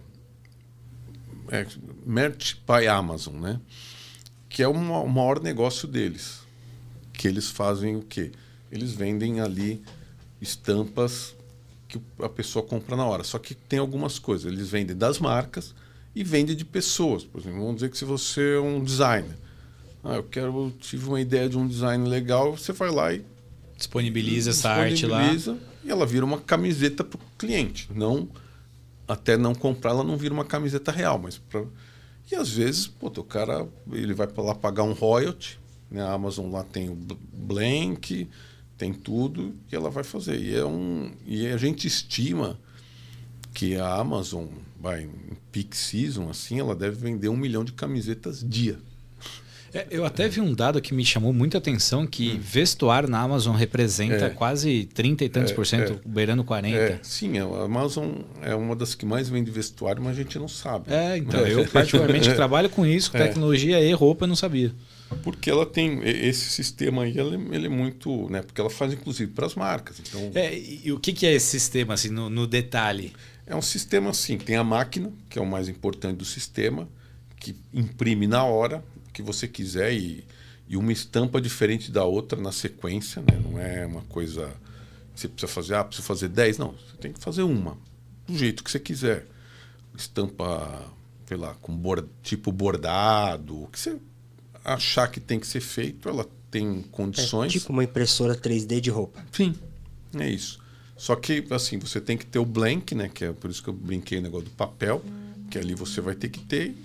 S3: é, Merch by Amazon, né? Que é uma, o maior negócio deles. Que eles fazem o quê? Eles vendem ali estampas que a pessoa compra na hora. Só que tem algumas coisas. Eles vendem das marcas e vendem de pessoas. Por exemplo, vamos dizer que se você é um designer, ah, eu quero, eu tive uma ideia de um design legal, você vai lá e
S2: disponibiliza essa arte lá.
S3: E ela vira uma camiseta para o cliente. Não... Até não comprar, ela não vira uma camiseta real. Mas pra... E às vezes, pô, o cara ele vai para lá pagar um royalty, né? A Amazon lá tem o blank, tem tudo, e ela vai fazer. E, é um... e a gente estima que a Amazon, vai, em peak season, assim, ela deve vender um milhão de camisetas dia.
S2: É, eu até vi um dado que me chamou muita atenção, que hum. vestuário na Amazon representa é. quase trinta e tantos é, por cento, é. beirando quarenta.
S3: É. Sim, a Amazon é uma das que mais vende vestuário, mas a gente não sabe.
S2: É, então, eu particularmente que trabalho com isso, com tecnologia e roupa, eu não sabia.
S3: Porque ela tem esse sistema aí, ele, ele é muito... Né, porque ela faz inclusive para as marcas. Então...
S2: É, e o que, que é esse sistema, assim, no, no detalhe?
S3: É um sistema assim, tem a máquina, que é o mais importante do sistema, que imprime na hora que você quiser e, e uma estampa diferente da outra na sequência, né? Não é uma coisa que você precisa fazer, ah, precisa fazer dez, não, você tem que fazer uma, do jeito que você quiser. Estampa, sei lá, com bord, tipo bordado, o que você achar que tem que ser feito, ela tem condições.
S1: É tipo uma impressora três D de roupa.
S3: Sim, é isso. Só que, assim, você tem que ter o blank, né? Que é por isso que eu brinquei o negócio do papel, que ali você vai ter que ter.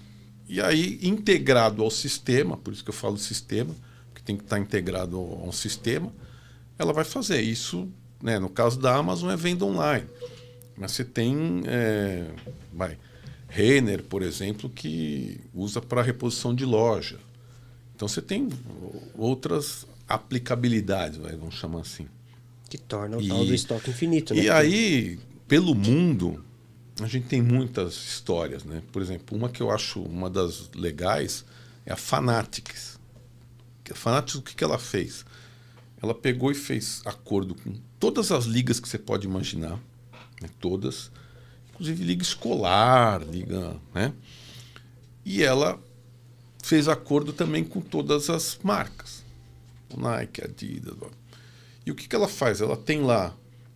S3: E aí, integrado ao sistema, por isso que eu falo sistema, porque tem que estar integrado a um sistema, ela vai fazer isso, né? No caso da Amazon é venda online. Mas você tem é, vai, Renner, por exemplo, que usa para reposição de loja. Então você tem outras aplicabilidades, vai, vamos chamar assim.
S1: Que torna o
S3: e,
S1: tal do estoque infinito, né?
S3: E aí, pelo mundo, a gente tem muitas histórias, né? Por exemplo, uma que eu acho uma das legais é a Fanatics. A Fanatics, o que, que ela fez? Ela pegou e fez acordo com todas as ligas que você pode imaginar, né? Todas, inclusive liga escolar, liga, né? E ela fez acordo também com todas as marcas, Nike, Adidas. E o que, que ela faz? Ela tem lá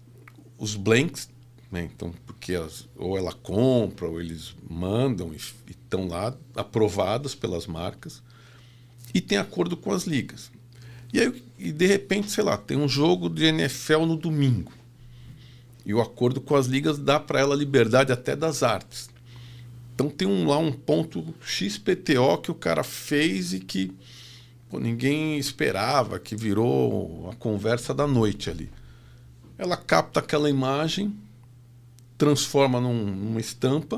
S3: os blanks, né? Então, porque as, ou ela compra ou eles mandam e estão lá aprovados pelas marcas, e tem acordo com as ligas. E aí, e de repente, sei lá, tem um jogo de N F L no domingo. E o acordo com as ligas dá para ela liberdade até das artes. Então tem um, lá um ponto X P T O que o cara fez e que pô, ninguém esperava, que virou a conversa da noite ali. Ela capta aquela imagem, transforma num, numa estampa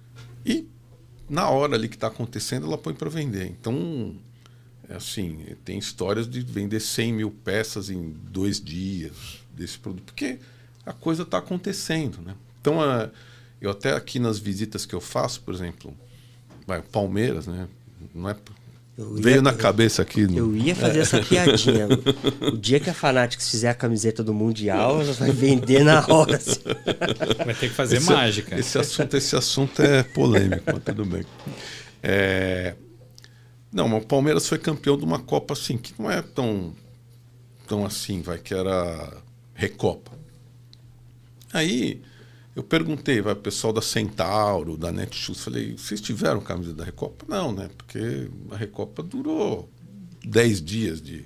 S3: e na hora ali que está acontecendo ela põe para vender. Então, é assim, tem histórias de vender cem mil peças em dois dias desse produto, porque a coisa está acontecendo, né? Então, a, eu até aqui nas visitas que eu faço, por exemplo, vai, Palmeiras, né? Não é,
S1: ia,
S3: veio na cabeça aqui. No...
S1: Eu ia fazer é. essa piadinha. O dia que a Fanatics fizer a camiseta do Mundial, ela vai vender na hora. Assim.
S2: Vai ter que fazer
S3: esse,
S2: mágica.
S3: Esse assunto, esse assunto é polêmico, mas tudo bem. É... Não, mas o Palmeiras foi campeão de uma Copa assim, que não é tão, tão assim, vai, que era Recopa. Aí eu perguntei, vai, o pessoal da Centauro, da Netshoes, falei, vocês tiveram camisa da Recopa? Não, né? Porque a Recopa durou dez dias de...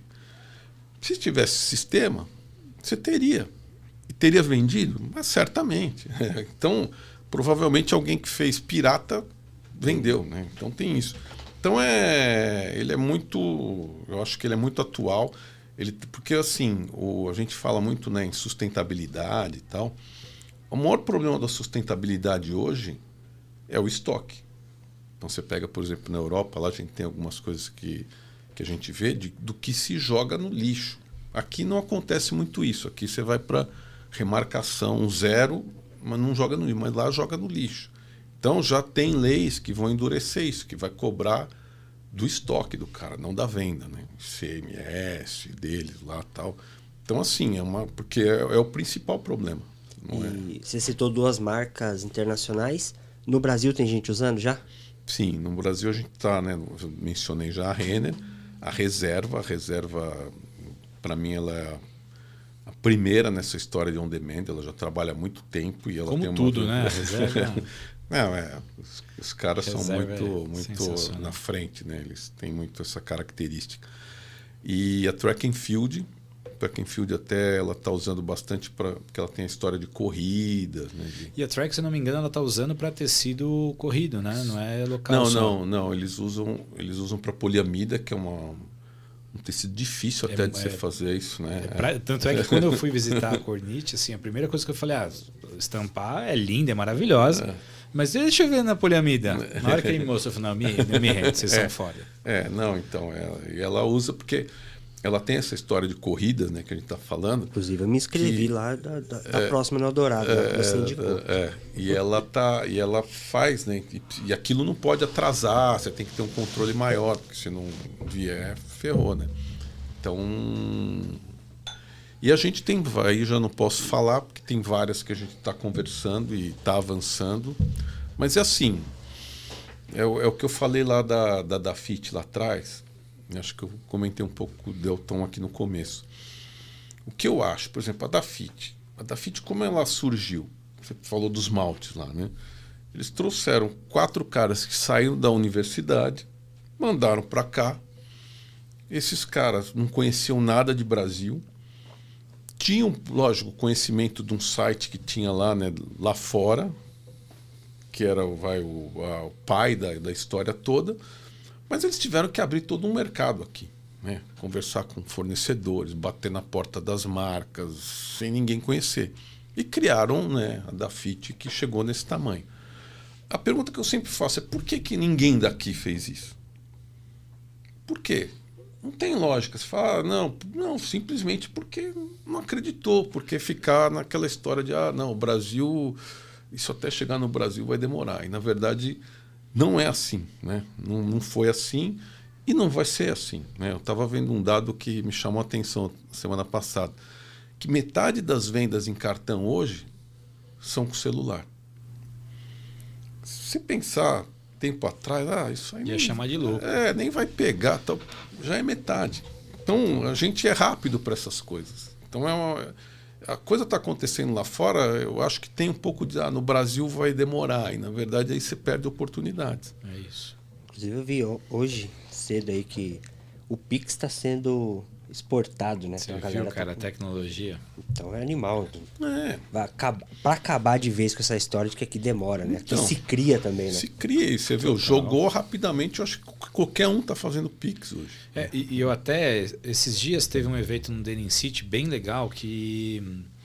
S3: Se tivesse sistema, você teria. E teria vendido? Mas certamente. Então, provavelmente alguém que fez pirata vendeu, né? Então tem isso. Então é, ele é muito, eu acho que ele é muito atual, ele, porque assim, o, a gente fala muito, né, em sustentabilidade e tal. O maior problema da sustentabilidade hoje é o estoque. Então você pega, por exemplo, na Europa, lá a gente tem algumas coisas que, que a gente vê de, do que se joga no lixo. Aqui não acontece muito isso, aqui você vai para remarcação zero, mas não joga no lixo, mas lá joga no lixo. Então já tem leis que vão endurecer isso, que vai cobrar do estoque do cara, não da venda, né? C M S deles lá tal. Então assim, é uma, porque é, é o principal problema. Não
S1: e
S3: é...
S1: Você citou duas marcas internacionais. No Brasil tem gente usando já?
S3: Sim, no Brasil a gente está, né? Eu mencionei já a Renner, a Reserva. A Reserva, para mim, ela é a primeira nessa história de on-demand. Ela já trabalha há muito tempo e ela
S2: Como
S3: tem uma...
S2: tudo, né? A Reserva...
S3: Não, é, os, os caras
S2: Reserva
S3: são muito,
S2: é
S3: muito na frente, né? Eles têm muito essa característica. E a Track and Field, a Track and Field até ela está usando bastante para porque ela tem a história de corridas, né? De...
S2: E a Track, se não me engano, ela está usando para tecido corrido, né? Não é local.
S3: Não,
S2: só.
S3: não, não. Eles usam, eles usam para poliamida, que é uma um tecido difícil até é, de é, você fazer isso, né?
S2: É pra, tanto é que quando eu fui visitar a Cornite, assim, a primeira coisa que eu falei, ah, estampar é linda, é maravilhosa. É. Mas deixa eu ver na poliamida. Na hora que ele mostrou, eu falei, não, me, não me rende, vocês
S3: é,
S2: são fora.
S3: É, não, então, ela, ela usa porque ela tem essa história de corridas, né, que a gente está falando.
S1: Inclusive, eu me inscrevi que, lá da, da, da é, próxima no Eldorado,
S3: é,
S1: que você indicou.
S3: É, e ela tá, e ela faz, né, e, e aquilo não pode atrasar, você tem que ter um controle maior, porque se não vier, ferrou, né? Então, e a gente tem, aí já não posso falar, porque tem várias que a gente está conversando e está avançando, mas é assim, é, é o que eu falei lá da, da, da Fit lá atrás, acho que eu comentei um pouco com o Delton aqui no começo. O que eu acho, por exemplo, a da Fit, a da Fit, como ela surgiu? Você falou dos maltes lá, né? Eles trouxeram quatro caras que saíram da universidade, mandaram para cá. Esses caras não conheciam nada de Brasil, tinham, lógico, conhecimento de um site que tinha lá, né, lá fora, que era vai, o, a, o pai da, da história toda, mas eles tiveram que abrir todo um mercado aqui, né? Conversar com fornecedores, bater na porta das marcas, sem ninguém conhecer. E criaram, né, a Dafit, que chegou nesse tamanho. A pergunta que eu sempre faço é por que, que ninguém daqui fez isso? Por quê? Não tem lógica. Você fala, ah, não, não, simplesmente porque não acreditou, porque ficar naquela história de, ah, não, o Brasil, isso até chegar no Brasil vai demorar. E, na verdade, não é assim, né? Não, não foi assim e não vai ser assim, né? Eu estava vendo um dado que me chamou a atenção semana passada, que metade das vendas em cartão hoje são com celular. Se você pensar tempo atrás, ah, isso aí
S2: ia
S3: nem,
S2: chamar de louco.
S3: É, nem vai pegar, então, já é metade. Então a gente é rápido para essas coisas. Então é uma, a coisa está acontecendo lá fora, eu acho que tem um pouco de, ah, no Brasil vai demorar, e na verdade aí você perde oportunidades.
S2: É isso.
S1: Inclusive eu vi hoje cedo aí que o Pix está sendo exportado, né?
S2: Você
S1: Então, a
S2: viu,
S1: galera
S2: cara,
S1: tá...
S2: a tecnologia.
S1: Então é animal.
S3: É.
S1: Vai acabar, pra acabar de vez com essa história de que aqui demora, né? Aqui
S3: Então,
S1: se cria também, né?
S3: Se cria, e você viu, jogou rapidamente, eu acho que qualquer um está fazendo Pix hoje.
S2: É, e, e eu até, esses dias teve um evento no Denim City bem legal, que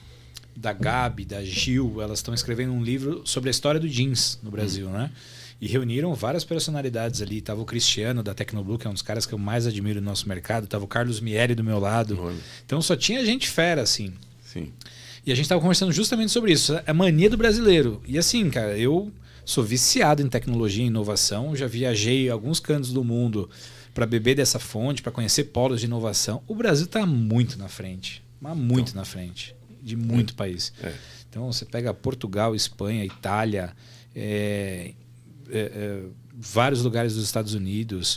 S2: da Gabi, da Gil, elas estão escrevendo um livro sobre a história do jeans no Brasil, hum. né? E reuniram várias personalidades ali. Tava o Cristiano da Tecnoblue, que é um dos caras que eu mais admiro no nosso mercado. Tava o Carlos Miele do meu lado. Olha. Então só tinha gente fera, assim.
S3: Sim.
S2: E a gente tava conversando justamente sobre isso. É a mania do brasileiro. E assim, cara, eu sou viciado em tecnologia e inovação. Já viajei a alguns cantos do mundo para beber dessa fonte, para conhecer polos de inovação. O Brasil tá muito na frente. Mas muito então, na frente. De muito é. país. É. Então você pega Portugal, Espanha, Itália... É, É, é, vários lugares dos Estados Unidos,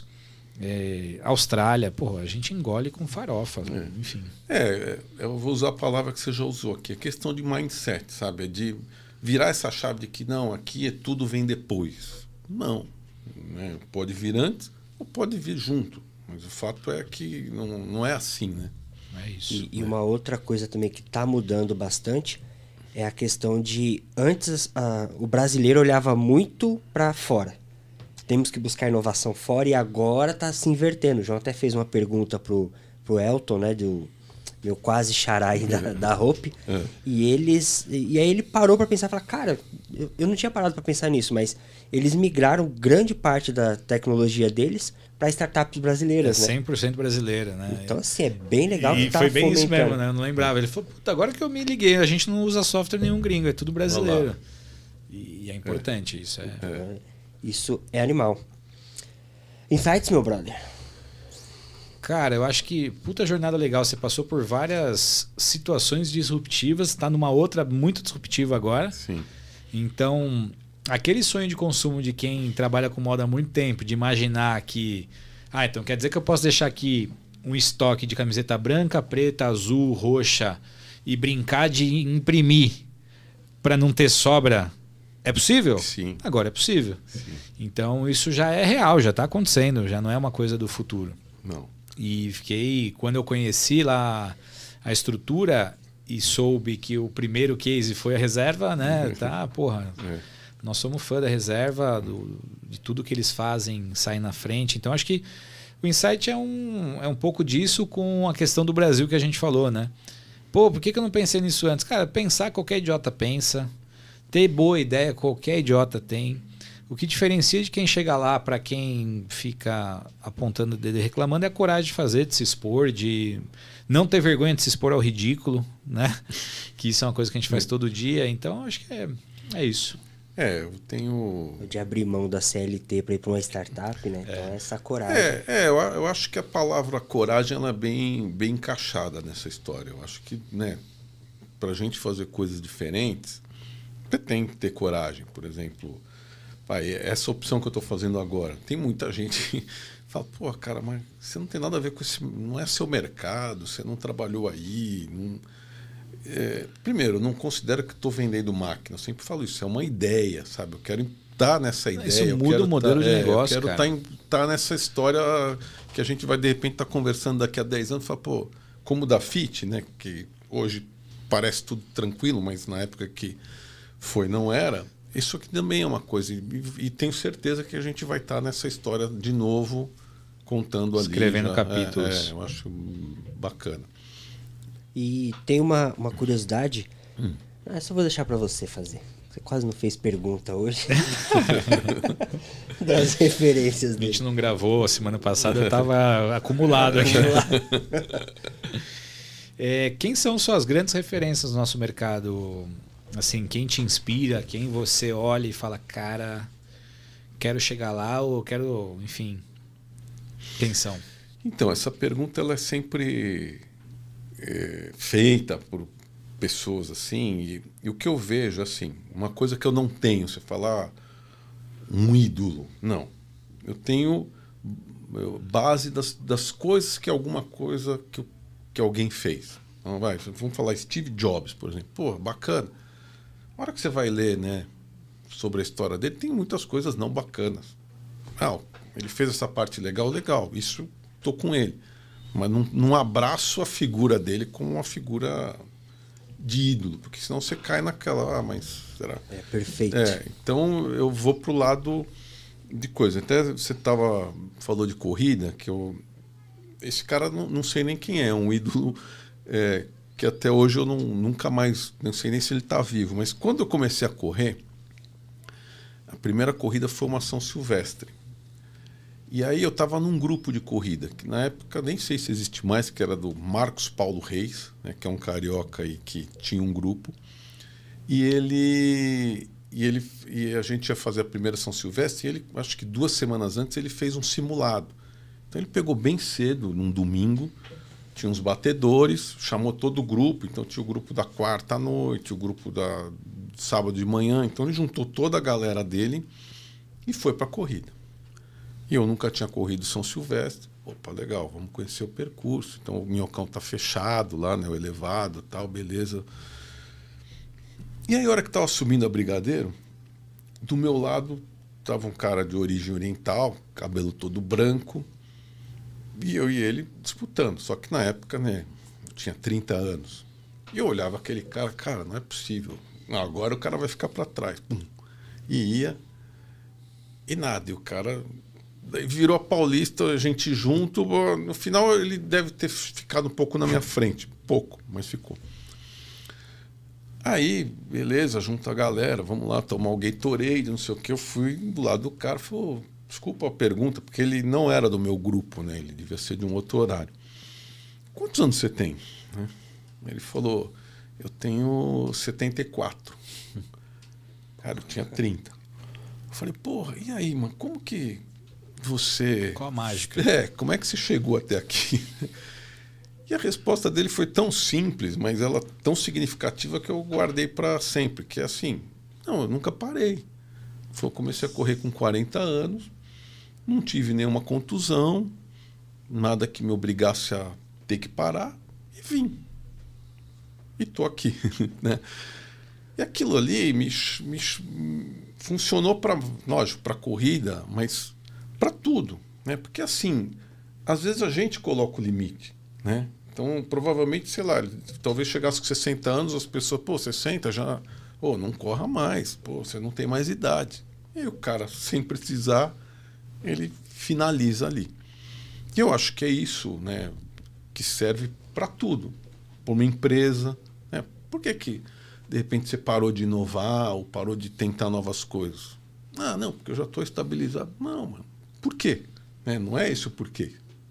S2: é, Austrália, porra, a gente engole com farofa,
S3: é.
S2: enfim.
S3: É, eu vou usar a palavra que você já usou aqui, a questão de mindset, sabe? É de virar essa chave de que não, aqui é tudo vem depois. Não, né? Pode vir antes ou pode vir junto, mas o fato é que não, não é assim, né?
S2: É isso.
S1: E, e
S3: é.
S1: uma outra coisa também que está mudando bastante é a questão de antes a, o brasileiro olhava muito para fora. Temos que buscar inovação fora e agora está se invertendo. O João até fez uma pergunta pro pro Elton, né, do meu quase xará aí da, da Hope, é. e eles e aí ele parou para pensar, falar, cara, eu, eu não tinha parado para pensar nisso, mas eles migraram grande parte da tecnologia deles para startups brasileiras,
S2: é
S1: né?
S2: cem por cento brasileira, né?
S1: Então, assim, é bem legal.
S2: E
S1: que tá
S2: foi bem
S1: fomentando.
S2: isso mesmo, né? Eu não lembrava. Ele falou, puta, agora que eu me liguei, a gente não usa software nenhum gringo, é tudo brasileiro. E é importante é. isso. É.
S1: É. Isso é animal. Insights, meu brother?
S2: Cara, eu acho que puta jornada legal. Você passou por várias situações disruptivas, está numa outra muito disruptiva agora.
S3: Sim.
S2: Então... aquele sonho de consumo de quem trabalha com moda há muito tempo, de imaginar que... ah, então quer dizer que eu posso deixar aqui um estoque de camiseta branca, preta, azul, roxa e brincar de imprimir para não ter sobra. É possível?
S3: Sim.
S2: Agora é possível.
S3: Sim.
S2: Então isso já é real, já está acontecendo, já não é uma coisa do futuro.
S3: Não.
S2: E fiquei... quando eu conheci lá a estrutura e soube que o primeiro case foi a reserva, né? Tá, porra... é. Nós somos fã da reserva, do, de tudo que eles fazem sair na frente. Então, acho que o Insight é um, é um pouco disso com a questão do Brasil que a gente falou, né? Pô, por que, que eu não pensei nisso antes? Cara, pensar qualquer idiota pensa. Ter boa ideia qualquer idiota tem. O que diferencia de quem chega lá para quem fica apontando o dedo e reclamando é a coragem de fazer, de se expor, de não ter vergonha de se expor ao ridículo, né? Que isso é uma coisa que a gente faz todo dia. Então, acho que é, é isso.
S3: É, eu tenho...
S1: de abrir mão da C L T para ir para uma startup, né? Então, é essa coragem.
S3: É, é eu, eu acho que a palavra coragem ela é bem, bem encaixada nessa história. Eu acho que, né, para a gente fazer coisas diferentes, você tem que ter coragem. Por exemplo, pai, essa opção que eu estou fazendo agora, tem muita gente que fala, pô, cara, mas você não tem nada a ver com esse... não é seu mercado, você não trabalhou aí... Não... É, primeiro, eu não considero que estou vendendo máquina. Eu sempre falo isso, é uma ideia, sabe? Eu quero estar nessa ideia.
S2: Isso
S3: eu
S2: muda
S3: quero
S2: o modelo
S3: tá,
S2: de
S3: é,
S2: negócio,
S3: eu quero
S2: cara.
S3: estar tá, tá nessa história que a gente vai, de repente, estar tá conversando daqui a dez anos e falar, pô, como o Dafit, né? Que hoje parece tudo tranquilo, mas na época que foi, não era. isso aqui também é uma coisa. E, e tenho certeza que a gente vai estar nessa história de novo, contando ali.
S2: Escrevendo
S3: já,
S2: capítulos.
S3: É, é, eu acho bacana.
S1: E tem uma, uma curiosidade.
S3: Hum.
S1: Ah, só vou deixar para você fazer. Você quase não fez pergunta hoje. Das referências
S2: A
S1: dele.
S2: gente não gravou semana passada, eu estava acumulado aqui. É, quem são suas grandes referências no nosso mercado? Assim, quem te inspira, quem você olha e fala, cara, quero chegar lá ou quero, enfim, quem são?
S3: Então, essa pergunta ela é sempre é, feita por pessoas assim, e, e o que eu vejo, assim, uma coisa que eu não tenho, você falar um ídolo, não. Eu tenho base das, das coisas que alguma coisa que, que alguém fez. Então, vai, vamos falar Steve Jobs, por exemplo. Pô, bacana. Na hora que você vai ler, né, sobre a história dele, tem muitas coisas não bacanas. Ah, ele fez essa parte legal, legal, isso tô com ele. Mas não, não abraço a figura dele como uma figura de ídolo, porque senão você cai naquela, ah, mas será?
S1: É perfeito.
S3: É, então eu vou pro lado de coisa. Até você tava, falou de corrida, que eu... Esse cara, não, não sei nem quem é, um ídolo é, que até hoje eu não, nunca mais, não sei nem se ele está vivo, mas quando eu comecei a correr, a primeira corrida foi uma São Silvestre. E aí eu estava num grupo de corrida, que na época nem sei se existe mais, que era do Marcos Paulo Reis, né, que é um carioca aí que tinha um grupo. E ele, e ele e a gente ia fazer a primeira São Silvestre, e ele, acho que duas semanas antes, ele fez um simulado. Então ele pegou bem cedo, num domingo, tinha uns batedores, chamou todo o grupo, então tinha o grupo da quarta à noite, o grupo da sábado de manhã, então ele juntou toda a galera dele e foi para a corrida. E eu nunca tinha corrido São Silvestre. Opa, legal, vamos conhecer o percurso. Então o minhocão tá fechado lá, né, o elevado, tal, beleza. E aí a hora que tava subindo a Brigadeiro, do meu lado tava um cara de origem oriental, cabelo todo branco, e eu e ele disputando. Só que na época, né, eu tinha trinta anos. E eu olhava aquele cara, cara, não é possível. Não, agora o cara vai ficar para trás. Pum. E ia, e nada, e o cara... Daí virou a Paulista, a gente junto. No final ele deve ter ficado um pouco na minha frente. Pouco, mas ficou. Aí, beleza, junto a galera, vamos lá tomar o Gatorade, não sei o que. Eu fui do lado do cara, falou, desculpa a pergunta, porque ele não era do meu grupo, né? Ele devia ser de um outro horário. Quantos anos você tem? Ele falou, eu tenho setenta e quatro. Cara, eu tinha trinta. Eu falei, porra, e aí, mano, como que... Você...
S2: Qual a mágica?
S3: É, como é que você chegou até aqui? E a resposta dele foi tão simples, mas ela tão significativa que eu guardei para sempre, que é assim, não, eu nunca parei. Eu comecei a correr com quarenta anos, não tive nenhuma contusão, nada que me obrigasse a ter que parar, e vim. E tô aqui, né? E aquilo ali me, me funcionou para, lógico, para corrida, mas para tudo, né? Porque assim, às vezes a gente coloca o limite, né? Então, provavelmente, sei lá, talvez chegasse com sessenta anos, as pessoas, pô, sessenta já, pô, não corra mais, pô, você não tem mais idade. E aí o cara, sem precisar, ele finaliza ali. E eu acho que é isso, né, que serve para tudo. Para uma empresa, né? Por que que, de repente, você parou de inovar ou parou de tentar novas coisas? Ah, não, porque eu já estou estabilizado. Não, mano. Por quê? Né? Não é esse o porquê.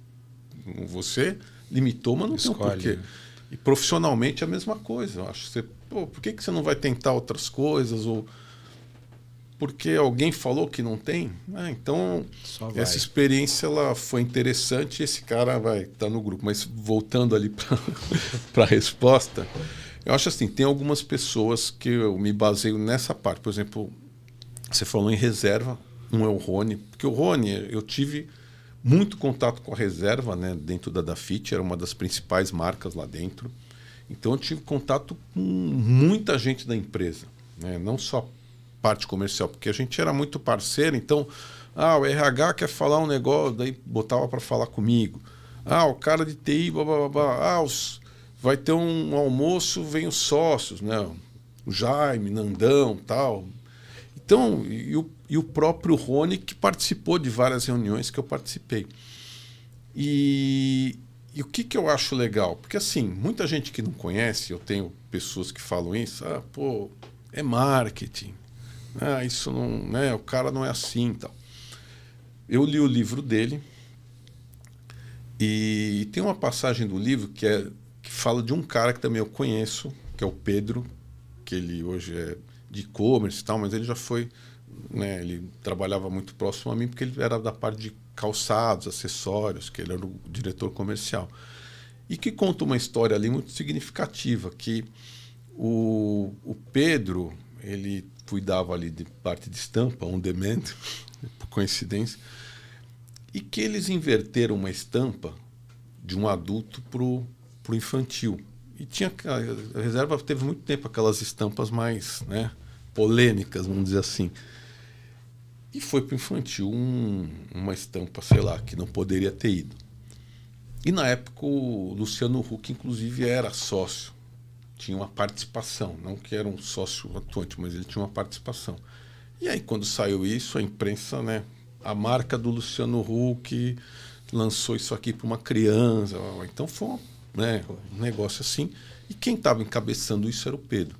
S3: Você limitou, mas não Escolhe, tem um porquê. Né? E profissionalmente é a mesma coisa. Eu acho que você, pô, por que que você não vai tentar outras coisas? Ou porque alguém falou que não tem? Ah, então, essa experiência ela foi interessante e esse cara vai estar no grupo. Mas voltando ali para a resposta, eu acho assim, tem algumas pessoas que eu me baseio nessa parte. Por exemplo, você falou em reserva. Um é o Rony, porque o Rony, eu tive muito contato com a reserva, né, dentro da Dafit, era uma das principais marcas lá dentro. Então eu tive contato com muita gente da empresa, né, não só parte comercial, porque a gente era muito parceiro, então, ah, o R H quer falar um negócio, daí botava para falar comigo. Ah, o cara de T I, blá, blá, blá, ah, os, vai ter um almoço, vem os sócios, né, o Jaime, Nandão, tal. Então, e o, e o próprio Rony, que participou de várias reuniões que eu participei. E, e o que, que eu acho legal? Porque, assim, muita gente que não conhece, eu tenho pessoas que falam isso, ah, pô, é marketing, ah, isso não, né, o cara não é assim e tal. Eu li o livro dele e tem uma passagem do livro que, é, que fala de um cara que também eu conheço, que é o Pedro, que ele hoje é de e-commerce e tal, mas ele já foi, né, ele trabalhava muito próximo a mim porque ele era da parte de calçados, acessórios, que ele era o diretor comercial. E que conta uma história ali muito significativa, que o, o Pedro, ele cuidava ali de parte de estampa, on demand, por coincidência, e que eles inverteram uma estampa de um adulto para o infantil. E tinha, a reserva teve muito tempo aquelas estampas mais, né, polêmicas, vamos dizer assim. E foi para o infantil um, uma estampa, sei lá, que não poderia ter ido. E na época o Luciano Huck, inclusive, era sócio. Tinha uma participação, não que era um sócio atuante, mas ele tinha uma participação. E aí, quando saiu isso, a imprensa, né, a marca do Luciano Huck lançou isso aqui para uma criança. Então foi um, né, um negócio assim. E quem estava encabeçando isso era o Pedro.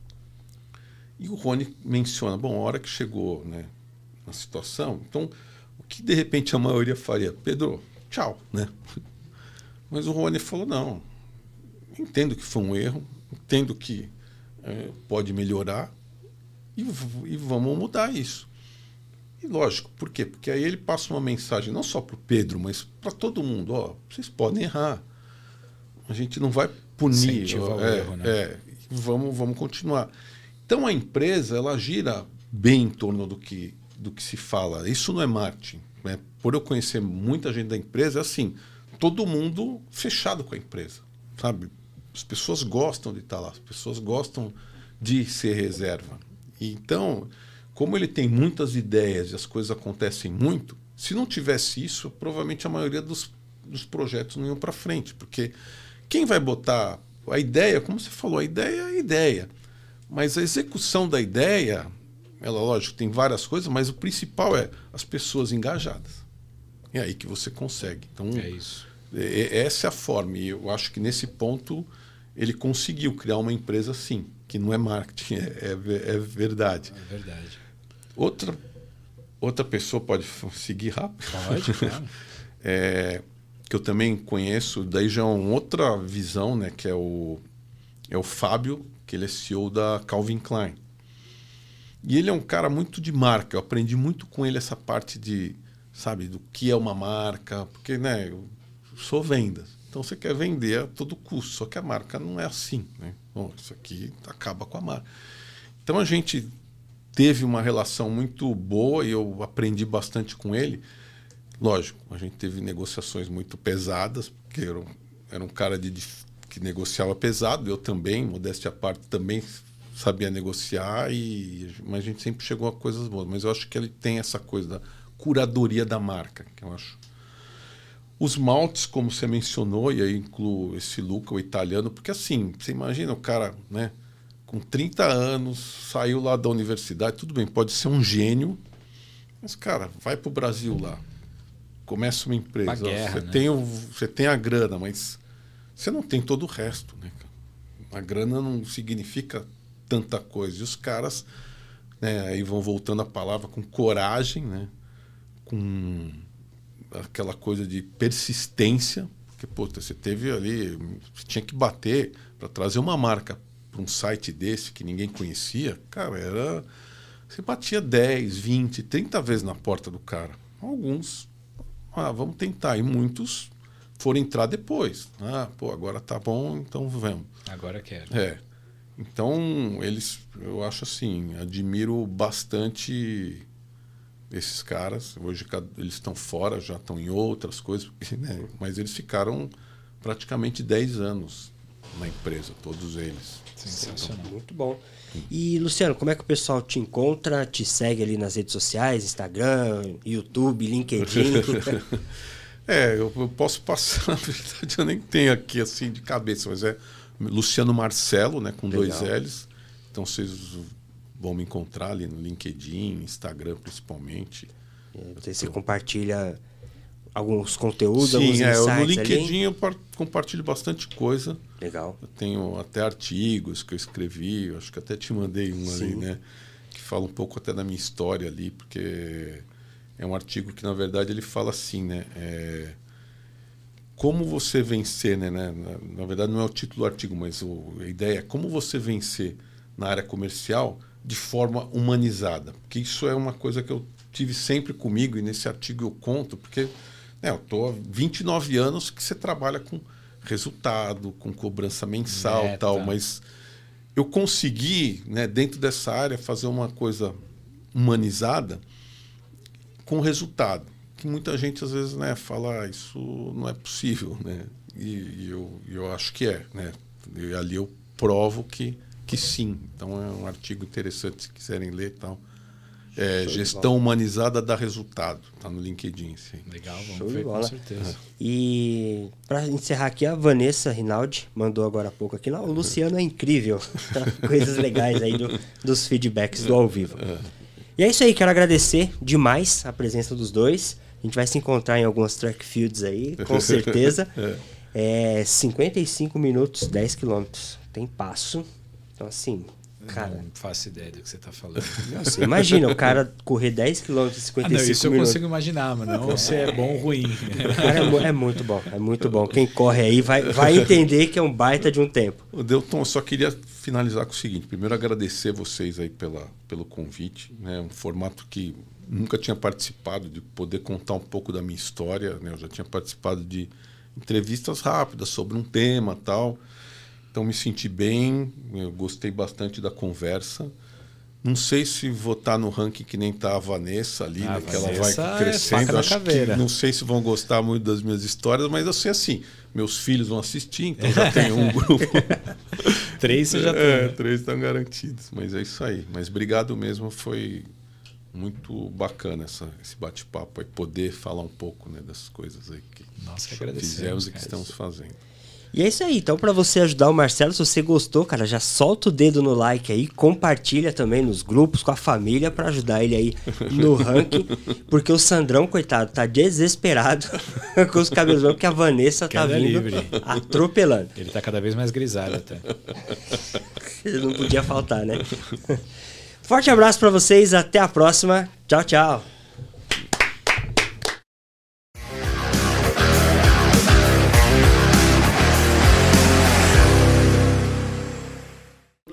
S3: E o Rony menciona, bom, a hora que chegou, né, na situação, então o que de repente a maioria faria? Pedro, tchau, né? Mas o Rony falou, não, entendo que foi um erro, entendo que é, pode melhorar e, e vamos mudar isso. E lógico, por quê? Porque aí ele passa uma mensagem não só para o Pedro, mas para todo mundo, ó, vocês podem errar, a gente não vai punir, ó,
S2: o
S3: é,
S2: erro, né?
S3: é, vamos, vamos continuar. Então a empresa, ela gira bem em torno do que, do que se fala. Isso não é marketing, né? Por eu conhecer muita gente da empresa, é assim, todo mundo fechado com a empresa, sabe? As pessoas gostam de estar lá, as pessoas gostam de ser reserva. E então, como ele tem muitas ideias e as coisas acontecem muito, se não tivesse isso, provavelmente a maioria dos, dos projetos não iam para frente, porque quem vai botar a ideia, como você falou, a ideia é a ideia, mas a execução da ideia, ela, lógico, tem várias coisas, mas o principal é as pessoas engajadas. É aí que você consegue. Então,
S2: é isso.
S3: É, essa é a forma. E eu acho que nesse ponto ele conseguiu criar uma empresa assim, que não é marketing, é, é, é verdade.
S2: É verdade.
S3: Outra, outra pessoa pode seguir rápido?
S2: Pode, claro.
S3: É, que eu também conheço, daí já é uma outra visão, né, que é o, é o Fábio, que ele é C E O da Calvin Klein. E ele é um cara muito de marca. Eu aprendi muito com ele essa parte de, sabe, do que é uma marca, porque, né, eu sou vendas. Então você quer vender a todo custo, só que a marca não é assim, né? Bom, isso aqui acaba com a marca. Então a gente teve uma relação muito boa e eu aprendi bastante com ele. Lógico, a gente teve negociações muito pesadas, porque era um, era um cara de, que negociava pesado, eu também, modéstia à parte, também sabia negociar, e, mas a gente sempre chegou a coisas boas. Mas eu acho que ele tem essa coisa da curadoria da marca, que eu acho. Os maltes, como você mencionou, e aí incluo esse Luca, o italiano, porque assim, você imagina o cara, né, com trinta anos, saiu lá da universidade, tudo bem, pode ser um gênio, mas, cara, vai para o Brasil lá, começa uma empresa,
S2: Uma guerra,
S3: você,
S2: né?
S3: tem o, você tem a grana, mas você não tem todo o resto, né, cara? A grana não significa tanta coisa. E os caras, né, aí vão voltando a palavra, com coragem, né, com aquela coisa de persistência, porque, pô, você teve ali, você tinha que bater para trazer uma marca para um site desse que ninguém conhecia, cara, era, você batia dez, vinte, trinta vezes na porta do cara. Alguns, ah, vamos tentar, e muitos foram entrar depois. Ah, pô, agora tá bom, então vamos.
S2: Agora quero.
S3: É. Então, eles, eu acho assim, admiro bastante esses caras. Hoje eles estão fora, já estão em outras coisas, né? Mas eles ficaram praticamente dez anos na empresa, todos eles.
S2: Sensacional.
S1: Muito bom. E, Luciano, como é que o pessoal te encontra, te segue ali nas redes sociais, Instagram, YouTube, LinkedIn?
S3: É, eu, eu posso passar, na verdade eu nem tenho aqui assim de cabeça, mas é Luciano Marcelo, né, com
S1: Legal.
S3: dois L's. Então vocês vão me encontrar ali no LinkedIn, Instagram principalmente.
S1: É, você tô... compartilha alguns conteúdos,
S3: Sim,
S1: alguns
S3: é,
S1: insights
S3: no LinkedIn
S1: ali?
S3: eu compartilho bastante coisa.
S1: Legal.
S3: Eu tenho até artigos que eu escrevi, eu acho que até te mandei um Sim. ali, né? Que fala um pouco até da minha história ali, porque é um artigo que, na verdade, ele fala assim, né? É, como você vencer, né? Na, na verdade, não é o título do artigo, mas o, a ideia é como você vencer na área comercial de forma humanizada. Porque isso é uma coisa que eu tive sempre comigo e nesse artigo eu conto, porque né, eu estou há vinte e nove anos que você trabalha com resultado, com cobrança mensal e tal, mas eu consegui, né, dentro dessa área, fazer uma coisa humanizada com resultado. Que muita gente, às vezes, né, fala, ah, isso não é possível, né? E, e eu, eu acho que é, né? E ali eu provo que, que sim. Então, é um artigo interessante, se quiserem ler e tal. É, gestão humanizada dá resultado. Está no LinkedIn. Sim.
S2: Legal, vamos
S1: Show
S2: ver,
S1: de bola.
S2: com certeza.
S1: E para encerrar aqui, a Vanessa Rinaldi mandou agora há pouco aqui. Não, o Luciano é incrível. Coisas legais aí do, dos feedbacks do ao vivo. E é isso aí, quero agradecer demais a presença dos dois. A gente vai se encontrar em algumas track fields aí, com certeza. É cinquenta e cinco minutos, dez quilômetros. Tem passo. Então, assim, cara...
S2: Não faço ideia do que você está falando.
S1: Não, você imagina o cara correr dez quilômetros em cinquenta e cinco
S2: ah, não, isso eu
S1: minutos.
S2: consigo imaginar, mas não se é bom ou ruim.
S1: Cara, é, é muito bom, é muito bom. Quem corre aí vai, vai entender que é um baita de um tempo.
S3: O Delton, eu só queria finalizar com o seguinte. Primeiro, agradecer vocês aí pela, pelo convite. Né? Um formato que nunca tinha participado, de poder contar um pouco da minha história. Né? Eu já tinha participado de entrevistas rápidas sobre um tema e tal. Então, me senti bem, eu gostei bastante da conversa. Não sei se vou estar no ranking que nem está a Vanessa ali,
S2: ah,
S3: né, que ela vai
S2: é
S3: crescendo. Acho que, não sei se vão gostar muito das minhas histórias, mas eu sei assim, meus filhos vão assistir, então já tem um grupo.
S2: Três você já tem.
S3: É, três estão garantidos, mas é isso aí. Mas obrigado mesmo, foi muito bacana essa, esse bate-papo aí, poder falar um pouco, né, dessas coisas aí que
S2: Nossa,
S3: fizemos e que estamos fazendo.
S1: E é isso aí, então para você ajudar o Marcelo, se você gostou, cara, já solta o dedo no like aí, compartilha também nos grupos, com a família, para ajudar ele aí no ranking, porque o Sandrão, coitado, tá desesperado com os cabelos brancos, porque a Vanessa tá
S2: Queda
S1: vindo
S2: livre.
S1: atropelando.
S2: Ele tá cada vez mais grisalho até.
S1: Não podia faltar, né? Forte abraço para vocês, até a próxima, tchau, tchau.